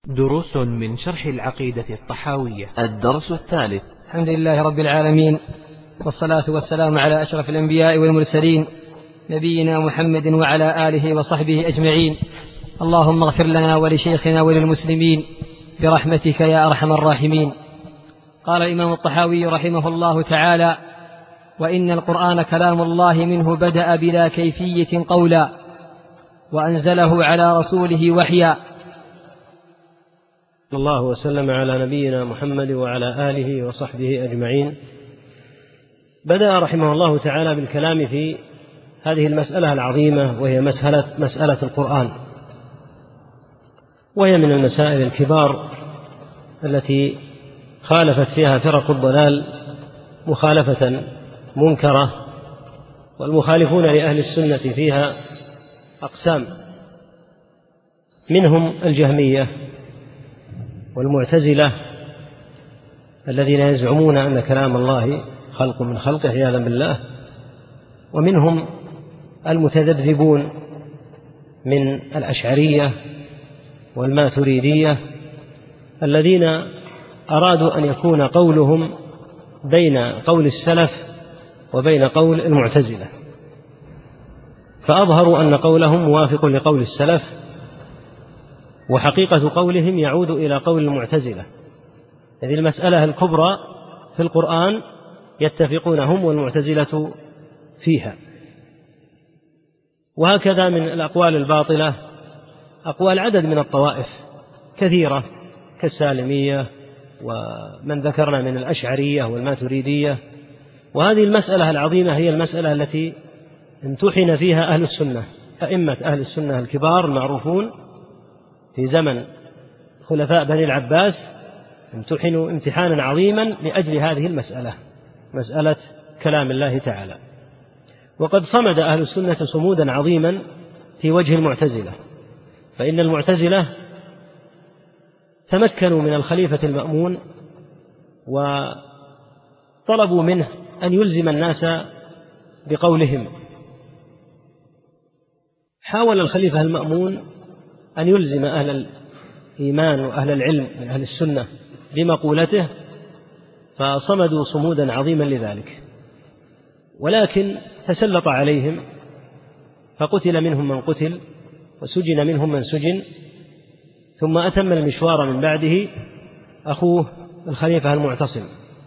دروس من شرح العقيدة الطحاوية. الدرس الثالث. الحمد لله رب العالمين، والصلاة والسلام على أشرف الأنبياء والمرسلين، نبينا محمد وعلى آله وصحبه أجمعين. اللهم اغفر لنا ولشيخنا وللمسلمين برحمتك يا أرحم الراحمين. قال الإمام الطحاوي رحمه الله تعالى: وإن القرآن كلام الله منه بدأ بلا كيفية قولا، وأنزله على رسوله وحيا. الله وسلم على نبينا محمد وعلى آله وصحبه أجمعين. بدأ رحمه الله تعالى بالكلام في هذه المسألة العظيمة، وهي مسألة القرآن، وهي من المسائل الكبار التي خالفت فيها فرق الضلال مخالفة منكرة، والمخالفون لأهل السنة فيها أقسام، منهم الجهمية والمعتزلة الذين يزعمون أن كلام الله خلق من خلقه عياذا بالله، ومنهم المتذبذبون من الأشعرية والماتريدية الذين أرادوا أن يكون قولهم بين قول السلف وبين قول المعتزلة، فأظهروا أن قولهم موافق لقول السلف، وحقيقة قولهم يعود إلى قول المعتزلة. هذه المسألة الكبرى في القرآن يتفقون هم والمعتزلة فيها. وهكذا من الأقوال الباطلة أقوال عدد من الطوائف كثيرة كالسالمية، ومن ذكرنا من الأشعرية والماتريدية. وهذه المسألة العظيمة هي المسألة التي امتحن فيها أهل السنة، أئمة أهل السنة الكبار المعروفون في زمن خلفاء بني العباس، امتحنوا امتحانا عظيما لأجل هذه المسألة، مسألة كلام الله تعالى. وقد صمد أهل السنة صمودا عظيما في وجه المعتزلة، فإن المعتزلة تمكنوا من الخليفة المأمون وطلبوا منه أن يلزم الناس بقولهم. حاول الخليفة المأمون أن يلزم أهل الإيمان وأهل العلم من أهل السنة بمقولته، فصمدوا صمودا عظيما لذلك، ولكن تسلط عليهم فقتل منهم من قتل وسجن منهم من سجن، ثم أتم المشوار من بعده أخوه الخليفة المعتصم.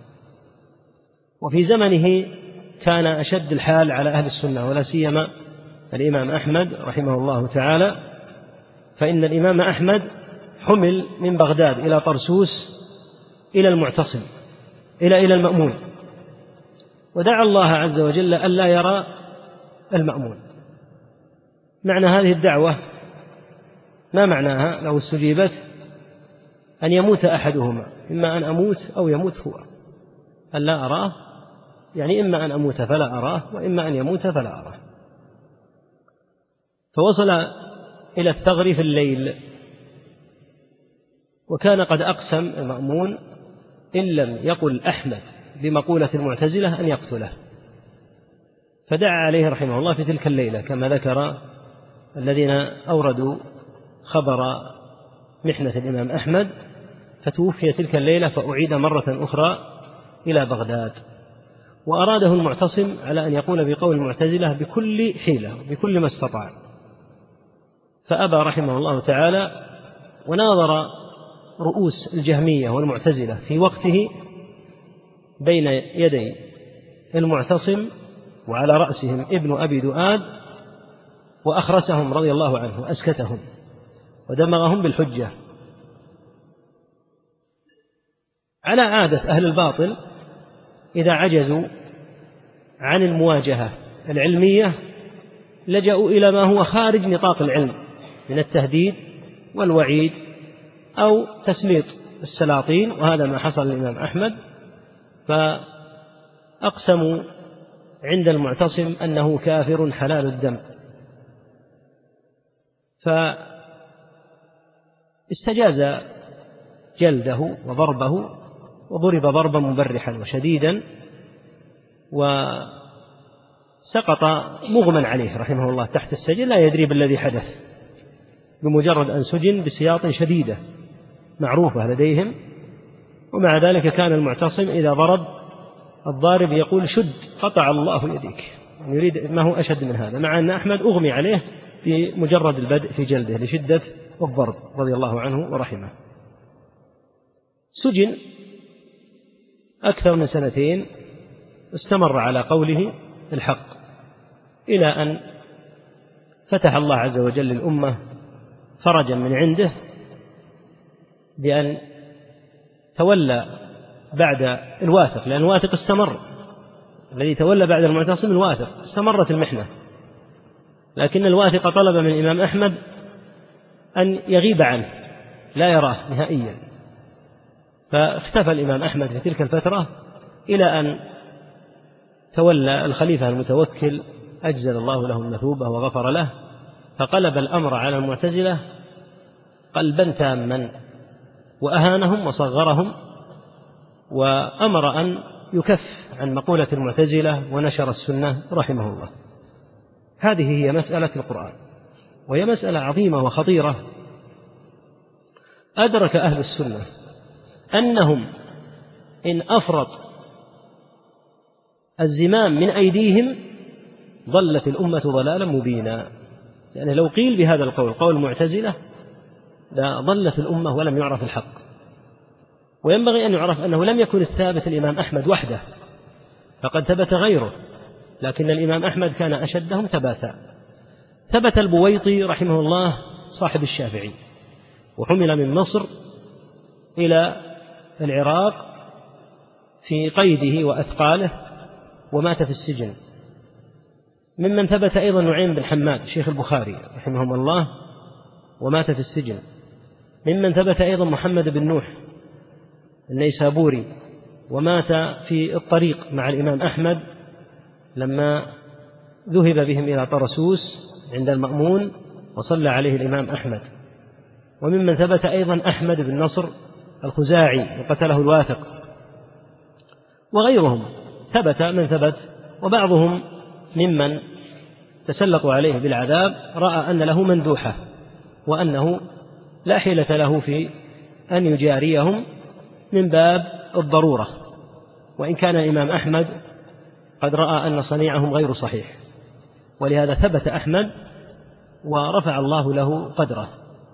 وفي زمنه كان أشد الحال على أهل السنة، ولا سيما الإمام أحمد رحمه الله تعالى، فإن الإمام أحمد حمل من بغداد إلى طرسوس إلى المعتصم إلى المأمون، ودعا الله عز وجل ألا يرى المأمون. معنى هذه الدعوة ما معناها لو استجيبت؟ أن يموت أحدهما، إما أن أموت أو يموت هو، ألا أراه، يعني إما أن أموت فلا أراه، وإما أن يموت فلا أراه. فوصل إلى الثغر في الليل، وكان قد أقسم المأمون إن لم يقل أحمد بمقولة المعتزلة أن يقتله، فدعا عليه رحمه الله في تلك الليلة كما ذكر الذين أوردوا خبر محنة الإمام أحمد، فتوفي تلك الليلة فأعيد مرة أخرى إلى بغداد. وأراده المعتصم على أن يقول بقول المعتزلة بكل حيلة وبكل ما استطاع، فأبى رحمه الله تعالى، وناظر رؤوس الجهمية والمعتزلة في وقته بين يدي المعتصم، وعلى رأسهم ابن أبي دؤاد، وأخرسهم رضي الله عنه وأسكتهم ودمغهم بالحجة. على عادة أهل الباطل إذا عجزوا عن المواجهة العلمية لجأوا إلى ما هو خارج نطاق العلم من التهديد والوعيد أو تسليط السلاطين، وهذا ما حصل للإمام أحمد. فأقسموا عند المعتصم أنه كافر حلال الدم، فاستجاز جلده وضربه، وضرب ضربا مبرحا وشديدا، وسقط مغمى عليه رحمه الله تحت السجن، لا يدري بالذي حدث، بمجرد أن سجن بسياط شديدة معروفة لديهم، ومع ذلك كان المعتصم إذا ضرب الضارب يقول شد قطع الله يديك، يريد ما هو أشد من هذا، مع أن أحمد أغمي عليه في مجرد البدء في جلده لشدة الضرب رضي الله عنه ورحمه. سجن أكثر من 2 استمر على قوله الحق، إلى أن فتح الله عز وجل للأمة فرجا من عنده بأن تولى بعد الواثق، لأن الواثق استمر، الذي تولى بعد المعتصم الواثق، استمرت المحنة، لكن الواثق طلب من الإمام أحمد أن يغيب عنه لا يراه نهائيا، فاختفى الإمام أحمد في تلك الفترة إلى أن تولى الخليفة المتوكل أجزل الله له المثوبة وغفر له، فقلب الأمر على المعتزلة قلبا تاما وأهانهم وصغرهم، وأمر أن يكف عن مقولة المعتزلة ونشر السنة رحمه الله. هذه هي مسألة القرآن، وهي مسألة عظيمة وخطيرة. أدرك أهل السنة أنهم إن أفرط الزمام من أيديهم ضلت الأمة ضلالا مبينا، يعني لو قيل بهذا القول قول المعتزلة ضلت الأمة ولم يعرف الحق. وينبغي أن يعرف أنه لم يكن الثابت الإمام أحمد وحده، فقد ثبت غيره، لكن الإمام أحمد كان أشدهم ثباتا. ثبت البويطي رحمه الله صاحب الشافعي، وحمل من مصر إلى العراق في قيده وأثقاله ومات في السجن. ممن ثبت أيضا نعيم بن حماد شيخ البخاري رحمهم الله ومات في السجن. ممن ثبت أيضا محمد بن نوح النيسابوري ومات في الطريق مع الإمام أحمد لما ذهب بهم إلى طرسوس عند المأمون وصلى عليه الإمام أحمد. وممن ثبت أيضا أحمد بن نصر الخزاعي وقتله الواثق، وغيرهم ثبت من ثبت. وبعضهم ممن تسلطوا عليه بالعذاب رأى أن له مندوحة وأنه لا حيلة له في أن يجاريهم من باب الضرورة، وإن كان الإمام أحمد قد رأى أن صنيعهم غير صحيح، ولهذا ثبت أحمد ورفع الله له قدره.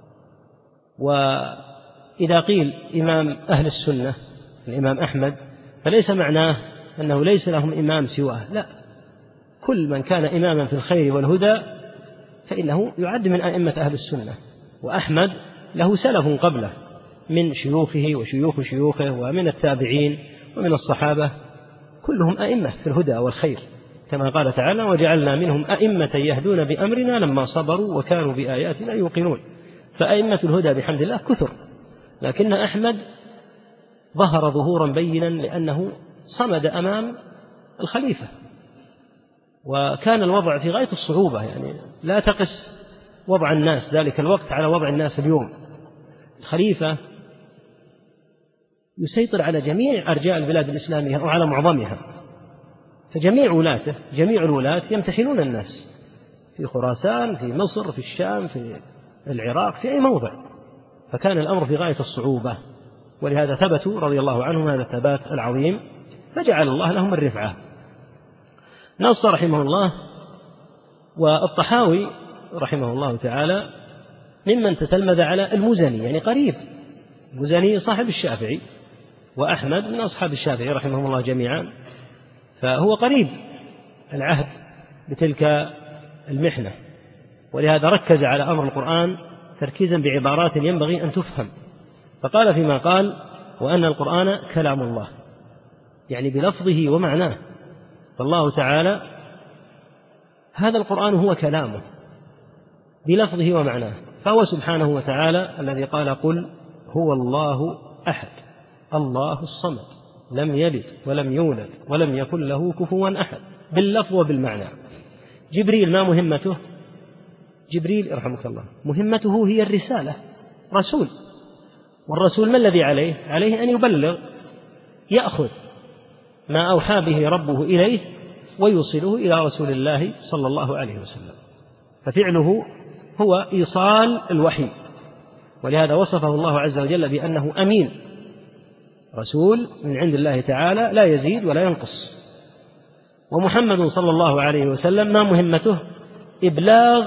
وإذا قيل إمام أهل السنة الإمام أحمد فليس معناه أنه ليس لهم إمام سواه، لا، كل من كان إماما في الخير والهدى فإنه يعد من أئمة أهل السنة. وأحمد له سلف قبله من شيوخه وشيوخ شيوخه ومن التابعين ومن الصحابة، كلهم أئمة في الهدى والخير، كما قال تعالى وجعلنا منهم أئمة يهدون بأمرنا لما صبروا وكانوا بآياتنا يوقنون. فأئمة الهدى بحمد الله كثر، لكن أحمد ظهر ظهورا بينا لأنه صمد أمام الخليفة، وكان الوضع في غاية الصعوبة، يعني لا تقس وضع الناس ذلك الوقت على وضع الناس اليوم. الخليفة يسيطر على جميع أرجاء البلاد الإسلامية أو على معظمها، فجميع ولاته جميع الولاة يمتحنون الناس في خراسان في مصر في الشام في العراق في أي موضع، فكان الأمر في غاية الصعوبة، ولهذا ثبتوا رضي الله عنهم هذا الثبات العظيم، فجعل الله لهم الرفعة. نص رحمه الله والطحاوي رحمه الله تعالى ممن تتلمذ على المزني، يعني قريب، المزني صاحب الشافعي وأحمد من أصحاب الشافعي رحمه الله جميعا، فهو قريب العهد بتلك المحنة، ولهذا ركز على أمر القرآن تركيزا بعبارات ينبغي أن تفهم، فقال فيما قال وأن القرآن كلام الله، يعني بلفظه ومعناه، فالله تعالى هذا القرآن هو كلامه بلفظه ومعناه، فهو سبحانه وتعالى الذي قال قل هو الله أحد الله الصمد لم يلد ولم يولد ولم يكن له كفوا أحد باللفظ وبالمعنى. جبريل ما مهمته؟ جبريل يرحمك الله مهمته هي الرسالة، رسول، والرسول ما الذي عليه؟ عليه أن يبلغ، يأخذ ما أوحى به ربه إليه ويوصله إلى رسول الله صلى الله عليه وسلم، ففعله هو إيصال الوحي. ولهذا وصفه الله عز وجل بأنه أمين، رسول من عند الله تعالى لا يزيد ولا ينقص. ومحمد صلى الله عليه وسلم ما مهمته؟ إبلاغ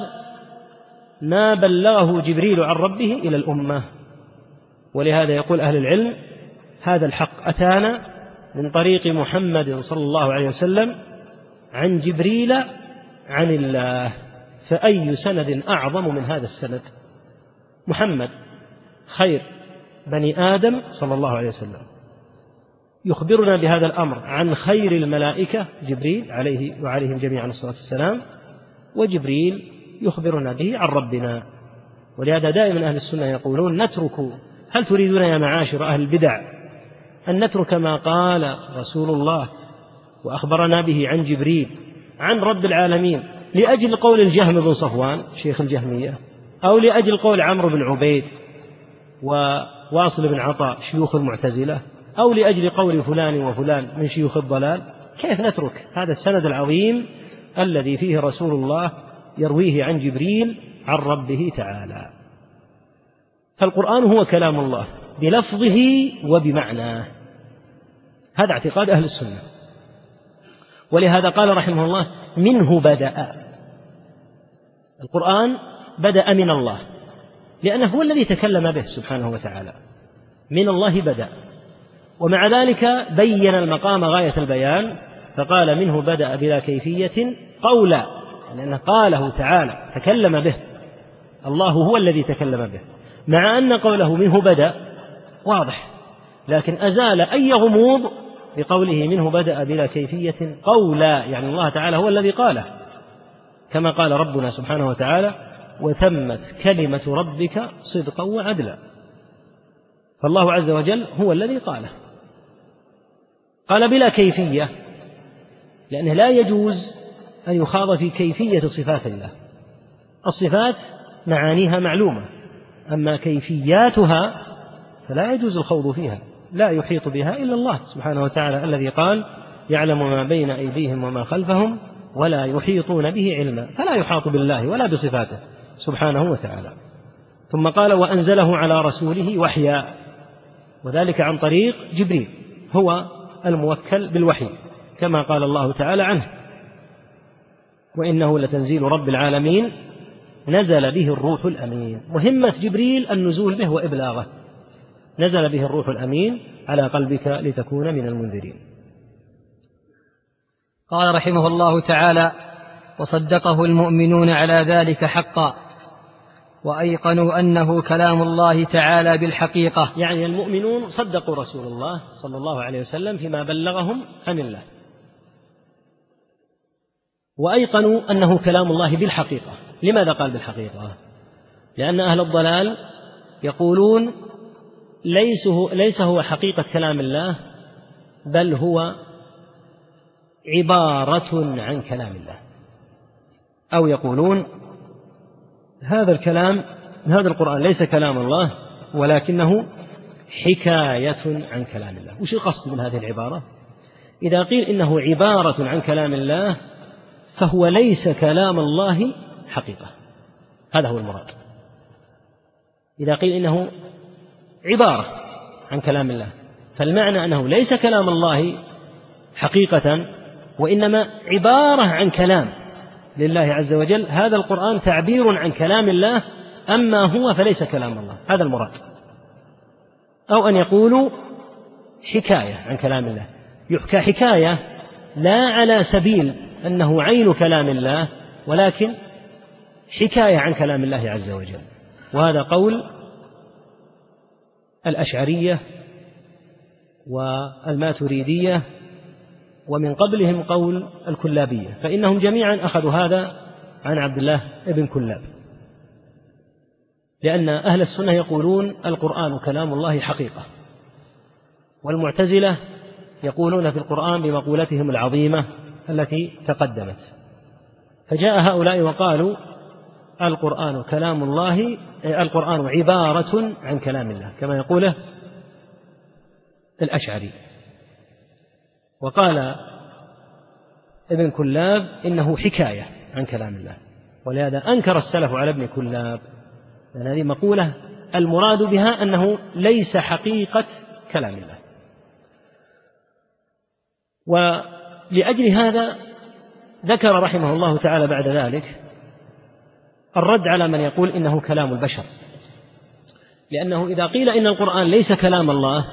ما بلغه جبريل عن ربه إلى الأمة. ولهذا يقول أهل العلم هذا الحق أتانا من طريق محمد صلى الله عليه وسلم عن جبريل عن الله، فأي سند أعظم من هذا السند؟ محمد خير بني آدم صلى الله عليه وسلم يخبرنا بهذا الأمر عن خير الملائكة جبريل عليه وعليهم جميعا الصلاة والسلام، وجبريل يخبرنا به عن ربنا. ولهذا دائما أهل السنة يقولون هل تريدون يا معاشر أهل البدع أن نترك ما قال رسول الله وأخبرنا به عن جبريل عن رب العالمين لأجل قول الجهم بن صفوان شيخ الجهمية، أو لأجل قول عمرو بن عبيد وواصل بن عطاء شيوخ المعتزلة، أو لأجل قول فلان وفلان من شيوخ الضلال؟ كيف نترك هذا السند العظيم الذي فيه رسول الله يرويه عن جبريل عن ربه تعالى؟ فالقرآن هو كلام الله بلفظه وبمعناه، هذا اعتقاد أهل السنة. ولهذا قال رحمه الله منه بدأ، القرآن بدأ من الله لأنه هو الذي تكلم به سبحانه وتعالى، من الله بدأ. ومع ذلك بين المقام غاية البيان فقال منه بدأ بلا كيفية قولا، لأنه قاله تعالى تكلم به، الله هو الذي تكلم به، مع أن قوله منه بدأ واضح، لكن أزال أي غموض بقوله منه بدأ بلا كيفية قولا، يعني الله تعالى هو الذي قاله، كما قال ربنا سبحانه وتعالى وتمت كلمة ربك صدقا وعدلا. فالله عز وجل هو الذي قاله. قال بلا كيفية لأنه لا يجوز أن يخاض في كيفية صفات الله، الصفات معانيها معلومة، أما كيفياتها فلا يجوز الخوض فيها، لا يحيط بها إلا الله سبحانه وتعالى الذي قال يعلم ما بين أيديهم وما خلفهم ولا يحيطون به علما، فلا يحاط بالله ولا بصفاته سبحانه وتعالى. ثم قال وأنزله على رسوله وحيا، وذلك عن طريق جبريل، هو الموكل بالوحي كما قال الله تعالى عنه وإنه لتنزيل رب العالمين نزل به الروح الأمين. مهمة جبريل النزول به وإبلاغه، نزل به الروح الأمين على قلبك لتكون من المنذرين. قال رحمه الله تعالى وصدقه المؤمنون على ذلك حقا وأيقنوا أنه كلام الله تعالى بالحقيقة، يعني المؤمنون صدقوا رسول الله صلى الله عليه وسلم فيما بلغهم عن الله، وأيقنوا أنه كلام الله بالحقيقة. لماذا قال بالحقيقة؟ لأن أهل الضلال يقولون ليس هو حقيقة كلام الله، بل هو عبارة عن كلام الله، أو يقولون هذا القرآن ليس كلام الله ولكنه حكاية عن كلام الله. وش القصد من هذه العبارة؟ إذا قيل إنه عبارة عن كلام الله فهو ليس كلام الله حقيقة، هذا هو المراد. إذا قيل إنه عبارة عن كلام الله فالمعنى أنه ليس كلام الله حقيقة وإنما عبارة عن كلام لله عز وجل، هذا القرآن تعبير عن كلام الله، أما هو فليس كلام الله، هذا المراد. أو أن يقولوا حكاية عن كلام الله، يحكى حكاية لا على سبيل أنه عين كلام الله ولكن حكاية عن كلام الله عز وجل. وهذا قول الأشعرية والماتريدية ومن قبلهم قول الكلابية، فإنهم جميعا أخذوا هذا عن عبد الله ابن كلاب، لأن أهل السنة يقولون القرآن كلام الله حقيقة، والمعتزلة يقولون في القرآن بمقولتهم العظيمة التي تقدمت. فجاء هؤلاء وقالوا القرآن كلام الله، القرآن عبارة عن كلام الله كما يقوله الأشعري. وقال ابن كلاب إنه حكاية عن كلام الله، ولهذا أنكر السلف على ابن كلاب، لأن هذه مقولة المراد بها أنه ليس حقيقة كلام الله. ولأجل هذا ذكر رحمه الله تعالى بعد ذلك الرد على من يقول إنه كلام البشر، لأنه إذا قيل إن القرآن ليس كلام الله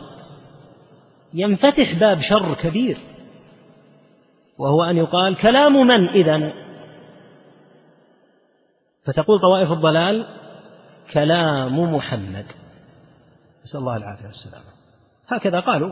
ينفتح باب شر كبير، وهو أن يقال كلام من إذن؟ فتقول طوائف الضلال كلام محمد، نسأل الله العافية والسلامة، هكذا قالوا.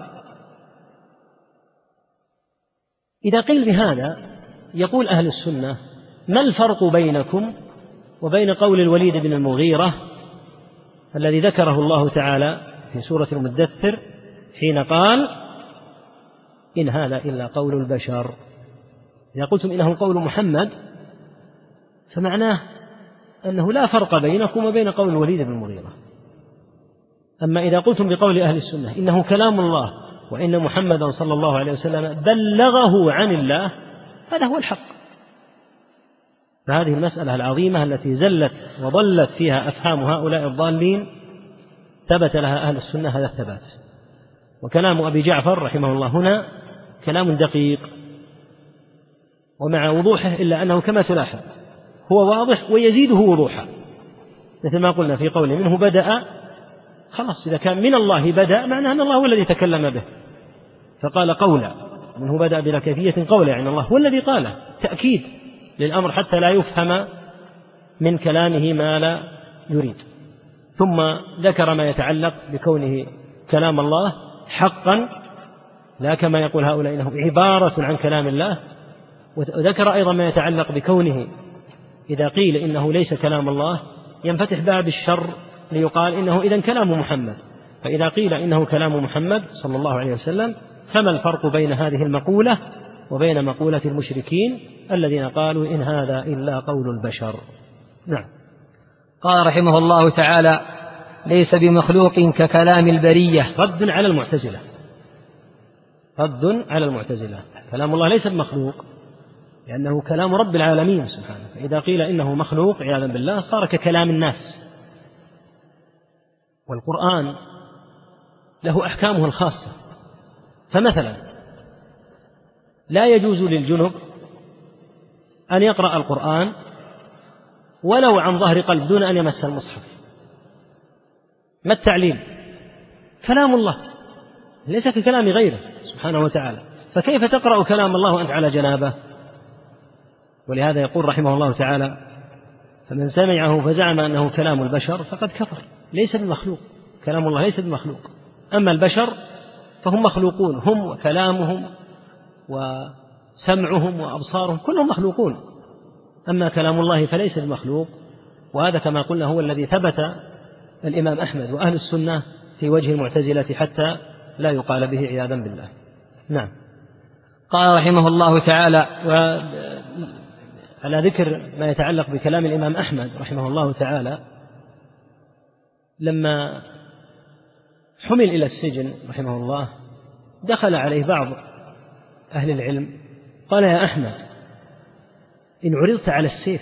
إذا قيل بهذا يقول أهل السنة ما الفرق بينكم وبين قول الوليد بن المغيرة الذي ذكره الله تعالى في سورة المدثر حين قال إن هذا إلا قول البشر؟ إذا قلتم إنه قول محمد فمعناه أنه لا فرق بينكم وبين قول الوليد بن المغيرة. أما إذا قلتم بقول أهل السنة إنه كلام الله وإن محمدا صلى الله عليه وسلم بلغه عن الله، هذا هو الحق. فهذه المسألة العظيمة التي زلت وضلت فيها أفهام هؤلاء الضالين ثبت لها أهل السنة هذا الثبات. وكلام أبي جعفر رحمه الله هنا كلام دقيق ومع وضوحه، إلا أنه كما تلاحظ هو واضح ويزيده وضوحا، مثل ما قلنا في قوله منه بدأ، خلاص إذا كان من الله بدأ معناه أن الله هو الذي تكلم به، فقال قولا، منه بدأ بلا كيفية قولا، يعني الله هو الذي قاله، تأكيد للأمر حتى لا يفهم من كلامه ما لا يريد. ثم ذكر ما يتعلق بكونه كلام الله حقا لا كما يقول هؤلاء إنه عبارة عن كلام الله، وذكر أيضا ما يتعلق بكونه إذا قيل إنه ليس كلام الله ينفتح باب الشر ليقال إنه إذن كلام محمد. فإذا قيل إنه كلام محمد صلى الله عليه وسلم فما الفرق بين هذه المقولة وبين مقولة المشركين الذين قالوا إن هذا إلا قول البشر؟ نعم. قال رحمه الله تعالى ليس بمخلوق ككلام البرية. رد على المعتزلة، رد على المعتزلة. كلام الله ليس بمخلوق لأنه كلام رب العالمين سبحانه، فإذا قيل إنه مخلوق عياذا بالله صار ككلام الناس. والقرآن له أحكامه الخاصة، فمثلا لا يجوز للجنب أن يقرأ القرآن ولو عن ظهر قلب دون أن يمس المصحف. ما التعليل؟ كلام الله ليس ككلام غيره سبحانه وتعالى، فكيف تقرأ كلام الله وأنت على جنابه؟ ولهذا يقول رحمه الله تعالى فمن سمعه فزعم أنه كلام البشر فقد كفر. ليس بمخلوق، كلام الله ليس بمخلوق. أما البشر فهم مخلوقون، هم وكلامهم وسمعهم وأبصارهم كلهم مخلوقون. أما كلام الله فليس بمخلوق، وهذا كما قلنا هو الذي ثبت الإمام أحمد وأهل السنة في وجه المعتزلة حتى لا يقال به عياذا بالله. نعم. قال رحمه الله تعالى على ذكر ما يتعلق بكلام الإمام أحمد رحمه الله تعالى، لما حمل إلى السجن رحمه الله دخل عليه بعض أهل العلم قال يا أحمد إن عرضت على السيف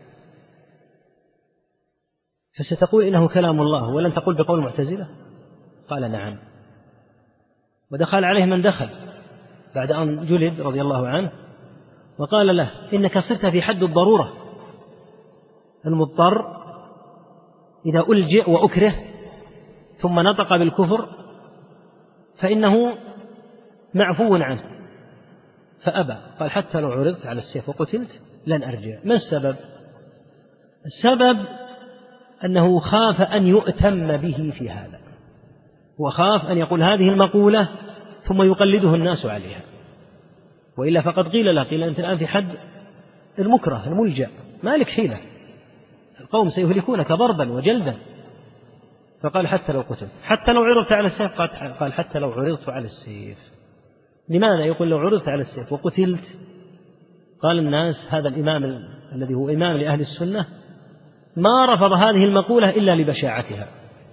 فستقول إنه كلام الله ولن تقول بقول المعتزلة؟ قال نعم. ودخل عليه من دخل بعد أن جلد رضي الله عنه وقال له إنك صرت في حد الضرورة، المضطر إذا ألجئ وأكره ثم نطق بالكفر فإنه معفو عنه، فأبى. قال حتى لو عرضت على السيف وقتلت لن أرجع. ما السبب؟ السبب أنه خاف أن يؤتم به في هذا، وخاف أن يقول هذه المقولة ثم يقلده الناس عليها، وإلا فقد قيل له قيل أنت الآن في حد المكره الملجأ ما لك حيلة، القوم سيهلكونك ضربا وجلدا. فقال حتى لو قتلت، حتى لو عرضت على السيف، قال حتى لو عرضت على السيف. لماذا يقول لو عرضت على السيف وقتلت؟ قال الناس هذا الإمام الذي هو إمام لأهل السنة ما رفض هذه المقولة إلا لبشاعتها،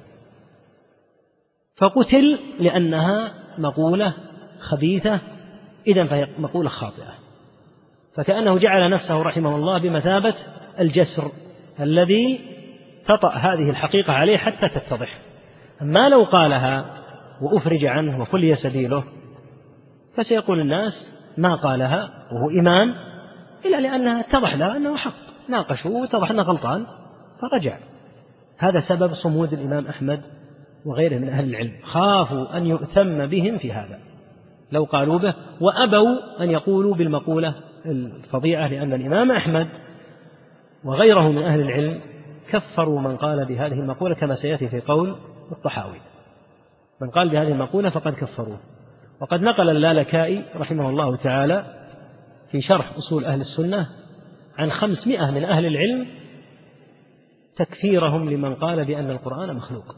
فقتل لأنها مقولة خبيثة، إذن فهي مقولة خاطئة. فكأنه جعل نفسه رحمه الله بمثابة الجسر الذي تطأ هذه الحقيقة عليه حتى تتضح. أما لو قالها وأفرج عنه وخلي سبيله فسيقول الناس ما قالها وهو إمام إلا لأنها اتضح له أنه حق، ناقشوه واتضح أنه غلطان فرجع. هذا سبب صمود الإمام أحمد وغيره من أهل العلم، خافوا أن يؤتم بهم في هذا لو قالوا به، وأبوا أن يقولوا بالمقولة الفظيعة، لأن الإمام أحمد وغيره من أهل العلم كفروا من قال بهذه المقولة كما سيأتي في قول الطحاوي، من قال بهذه المقولة فقد كفروه. وقد نقل اللالكائي رحمه الله تعالى في شرح أصول أهل السنة عن 500 من أهل العلم تكفيرهم لمن قال بأن القرآن مخلوق،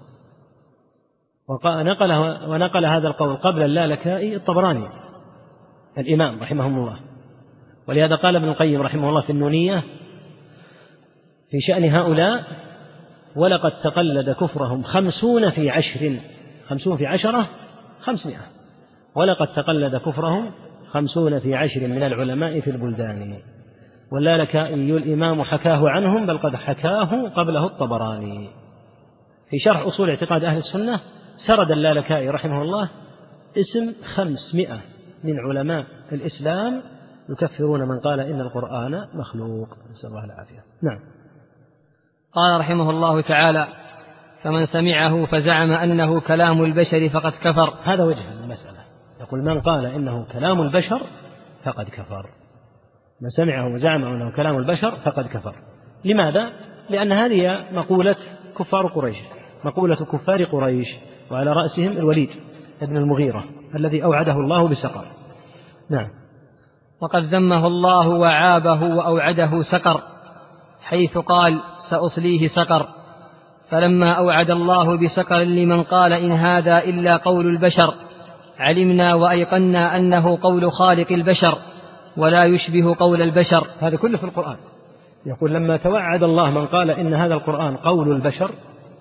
ونقل هذا القول قبل اللالكائي الطبراني الإمام رحمه الله. ولهذا قال ابن القيم رحمه الله في النونية في شأن هؤلاء: ولقد تقلد كفرهم 50 في 10، 50 في 10 500، ولقد تقلد كفرهم 50 في 10 من العلماء في البلدان. واللالكائي الإمام حكاه عنهم، بل قد حكاه قبله الطبراني. في شرح أصول اعتقاد أهل السنة سرد اللالكائي رحمه الله اسم 500 من علماء الإسلام يكفرون من قال إن القرآن مخلوق، نسأل الله العافية. نعم. قال رحمه الله تعالى: فمن سمعه فزعم أنه كلام البشر فقد كفر. هذا وجه المسألة، يقول من قال إنه كلام البشر فقد كفر، من سمعه وزعم أنه كلام البشر فقد كفر. لماذا؟ لأن هذه مقولة كفار قريش، مقولة كفار قريش، وعلى رأسهم الوليد ابن المغيرة الذي أوعده الله بسقر. نعم. وقد ذمه الله وعابه وأوعده سقر، حيث قال: سأصليه سقر. فلما أوعد الله بسقر لمن قال إن هذا إلا قول البشر، علمنا وأيقنا أنه قول خالق البشر ولا يشبه قول البشر. هذا كله في القرآن. يقول لما توعد الله من قال إن هذا القرآن قول البشر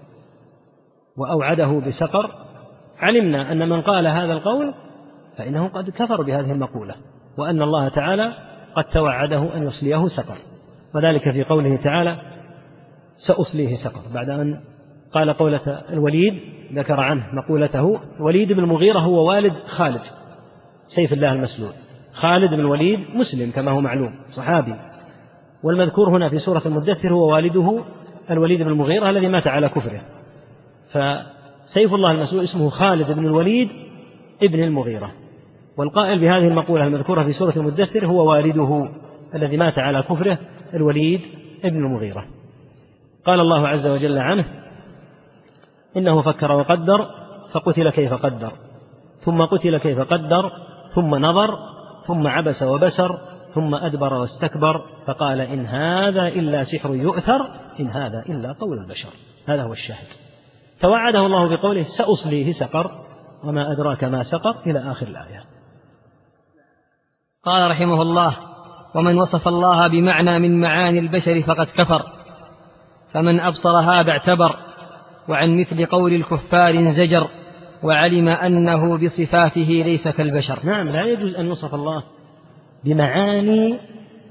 وأوعده بسقر، علمنا أن من قال هذا القول فإنه قد كفر بهذه المقولة، وأن الله تعالى قد توعده أن يصليه سقر، وذلك في قوله تعالى: سأصليه سقر، بعد أن قال قولة الوليد ذكر عنه مقولته. الوليد بن المغيرة هو والد خالد سيف الله المسلول. خالد بن الوليد مسلم كما هو معلوم، صحابي، والمذكور هنا في سورة المدثر هو والده الوليد بن المغيرة الذي مات على كفره. فسيف الله المسلول اسمه خالد بن الوليد ابن المغيرة، والقائل بهذه المقولة المذكورة في سورة المدثر هو والده الذي مات على كفره الوليد ابن المغيرة. قال الله عز وجل عنه: إنه فكر وقدر فقتل كيف قدر، ثم قتل كيف قدر، ثم نظر، ثم عبس وبسر، ثم أدبر واستكبر، فقال إن هذا إلا سحر يؤثر، إن هذا إلا قول البشر. هذا هو الشاهد. توعده الله بقوله: سأصليه سقر، وما أدراك ما سقر، إلى آخر الآية. قال رحمه الله: ومن وصف الله بمعنى من معاني البشر فقد كفر، فمن أبصر هذا اعتبر، وعن مثل قول الكفار زجر، وعلم أنه بصفاته ليس كالبشر. نعم، لا يجوز أن يوصف الله بمعاني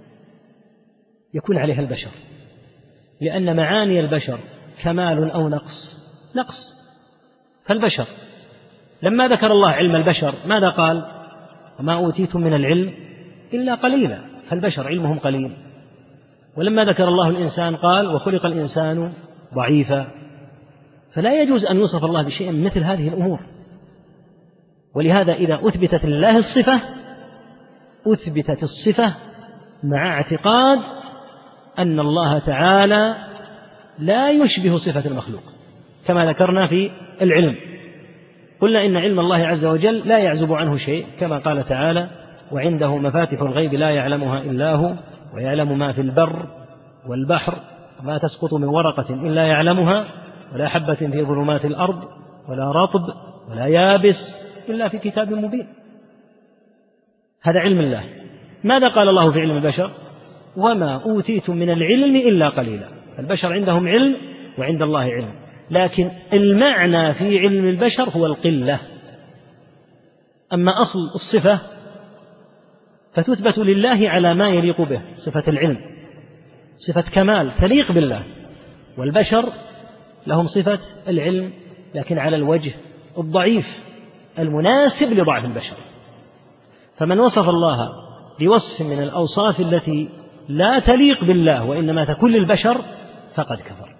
يكون عليها البشر، لأن معاني البشر كمال أو نقص. فالبشر لما ذكر الله علم البشر ماذا قال؟ وما أوتيتم من العلم إلا قليلا، فالبشر علمهم قليل. ولما ذكر الله الإنسان قال: وخلق الإنسان ضعيفا. فلا يجوز أن يوصف الله بشيء من مثل هذه الأمور. ولهذا إذا أثبتت لله الصفة أثبتت الصفة مع اعتقاد أن الله تعالى لا يشبه صفة المخلوق، كما ذكرنا في العلم. قلنا إن علم الله عز وجل لا يعزب عنه شيء، كما قال تعالى: وعنده مفاتح الغيب لا يعلمها إلا هو، ويعلم ما في البر والبحر، وما تسقط من ورقة إلا يعلمها، ولا حبة في ظلمات الأرض، ولا رطب ولا يابس إلا في كتاب مبين. هذا علم الله. ماذا قال الله في علم البشر؟ وما أوتيتم من العلم إلا قليلا. البشر عندهم علم وعند الله علم، لكن المعنى في علم البشر هو القلة. أما أصل الصفة فتثبت لله على ما يليق به، صفة العلم، صفة كمال تليق بالله. والبشر لهم صفة العلم لكن على الوجه الضعيف المناسب لضعف البشر. فمن وصف الله بوصف من الأوصاف التي لا تليق بالله وإنما تكون للبشر فقد كفر.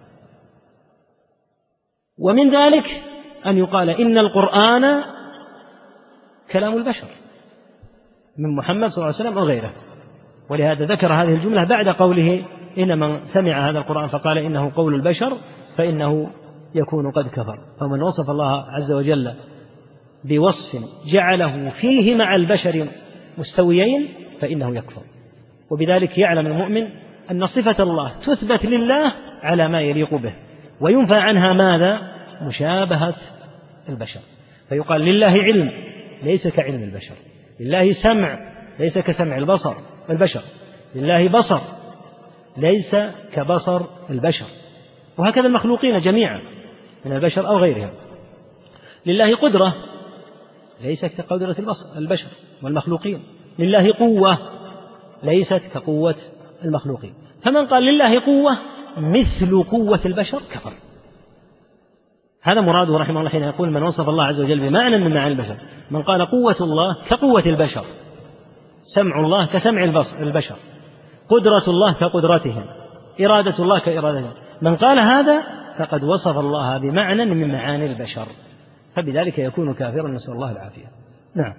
ومن ذلك أن يقال إن القرآن كلام البشر من محمد صلى الله عليه وسلم وغيره، ولهذا ذكر هذه الجملة بعد قوله إن من سمع هذا القرآن فقال إنه قول البشر فإنه يكون قد كفر. فمن وصف الله عز وجل بوصف جعله فيه مع البشر مستويين فإنه يكفر. وبذلك يعلم المؤمن أن صفة الله تثبت لله على ما يليق به، وينفى عنها ماذا؟ مشابهة البشر. فيقال لله علم ليس كعلم البشر، لله سمع ليس كسمع البشر، لله بصر ليس كبصر البشر، وهكذا المخلوقين جميعا من البشر أو غيرهم. لله قدرة ليست كقدرة البشر والمخلوقين، لله قوة ليست كقوة المخلوقين. فمن قال لله قوة مثل قوة البشر كفر. هذا مراده رحمه الله حين يقول من وصف الله عز وجل بمعنى من معاني البشر. من قال قوة الله كقوة البشر، سمع الله كسمع البشر، قدرة الله كقدرتهم، إرادة الله كإرادتهم، من قال هذا فقد وصف الله بمعنى من معاني البشر، فبذلك يكون كافرا، نسأل الله العافية. نعم.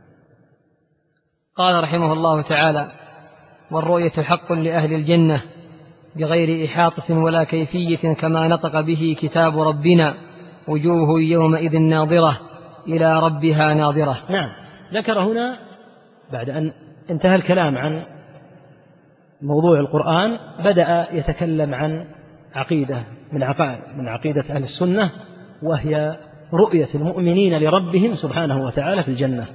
قال رحمه الله تعالى: والرؤية حق لأهل الجنة بغير إحاطة ولا كيفية كما نطق به كتاب ربنا، وجوه يومئذ ناظرة إلى ربها ناظرة. نعم. ذكر هنا بعد أن انتهى الكلام عن موضوع القرآن بدأ يتكلم عن عقيدة من عقيدة أهل السنة، وهي رؤية المؤمنين لربهم سبحانه وتعالى في الجنة.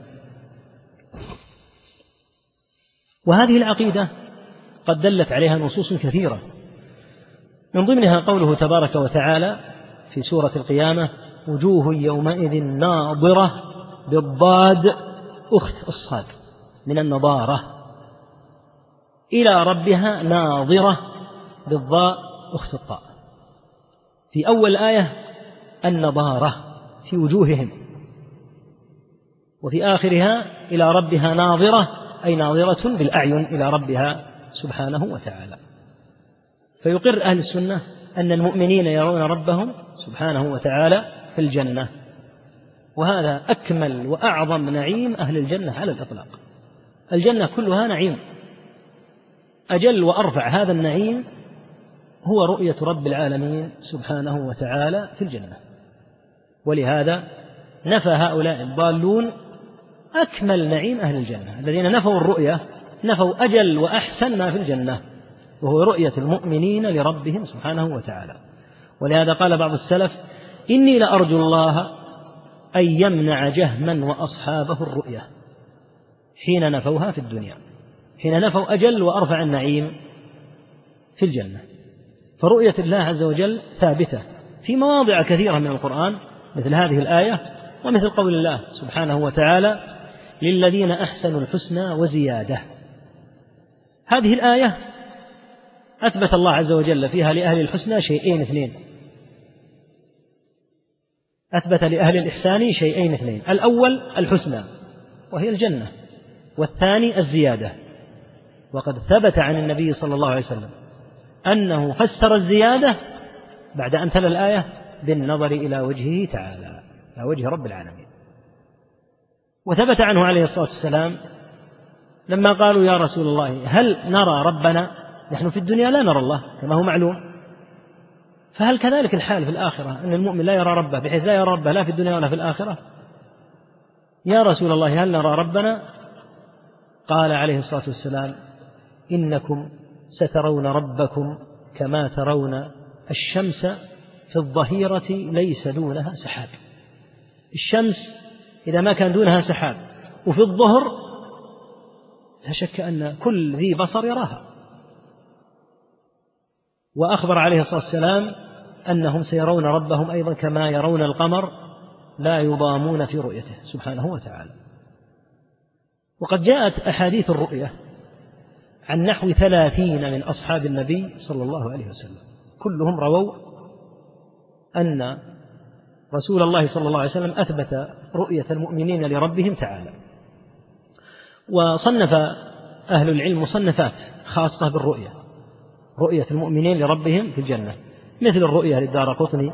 وهذه العقيدة قد دلت عليها نصوص كثيرة، من ضمنها قوله تبارك وتعالى في سورة القيامة: وجوه يومئذ ناظرة، بالضاد أخت الصاد من النضارة، إلى ربها ناظرة، بالضاء أخت الطاء. في أول آية النضارة في وجوههم، وفي آخرها إلى ربها ناظرة، أي ناظرة بالأعين إلى ربها سبحانه وتعالى. فيقر أهل السنة أن المؤمنين يرون ربهم سبحانه وتعالى في الجنة، وهذا أكمل وأعظم نعيم أهل الجنة على الإطلاق. الجنة كلها نعيم، أجل وأرفع هذا النعيم هو رؤية رب العالمين سبحانه وتعالى في الجنة. ولهذا نفى هؤلاء الضالون أكمل نعيم أهل الجنة، الذين نفوا الرؤية نفوا أجل وأحسن ما في الجنة، وهو رؤية المؤمنين لربهم سبحانه وتعالى. ولهذا قال بعض السلف: إني لأرجو الله أن يمنع جهما وأصحابه الرؤية حين نفوها في الدنيا، حين نفوا أجل وأرفع النعيم في الجنة. فرؤية الله عز وجل ثابتة في مواضع كثيرة من القرآن، مثل هذه الآية، ومثل قول الله سبحانه وتعالى: للذين أحسنوا الحسنى وزيادة. هذه الآية أثبت الله عز وجل فيها لأهل الحسنى شيئين اثنين، أثبت لأهل الإحسان شيئين اثنين: الأول الحسنى وهي الجنة، والثاني الزيادة. وقد ثبت عن النبي صلى الله عليه وسلم أنه فسر الزيادة بعد أن تلا الآية بالنظر إلى وجهه تعالى، إلى وجه رب العالمين. وثبت عنه عليه الصلاة والسلام لما قالوا: يا رسول الله هل نرى ربنا؟ نحن في الدنيا لا نرى الله كما هو معلوم، فهل كذلك الحال في الآخرة أن المؤمن لا يرى ربه بحيث لا يرى ربه لا في الدنيا ولا في الآخرة؟ يا رسول الله هل نرى ربنا؟ قال عليه الصلاة والسلام: إنكم سترون ربكم كما ترون الشمس في الظهيرة ليس دونها سحاب. الشمس إذا ما كان دونها سحاب وفي الظهر لا شك أن كل ذي بصر يراها. وأخبر عليه الصلاة والسلام أنهم سيرون ربهم أيضا كما يرون القمر لا يضامون في رؤيته سبحانه وتعالى. وقد جاءت أحاديث الرؤية عن نحو 30 من أصحاب النبي صلى الله عليه وسلم، كلهم رووا أن رسول الله صلى الله عليه وسلم أثبت رؤية المؤمنين لربهم تعالى. وصنف أهل العلم مصنفات خاصة بالرؤية، رؤية المؤمنين لربهم في الجنة، مثل الرؤية للدارقطني،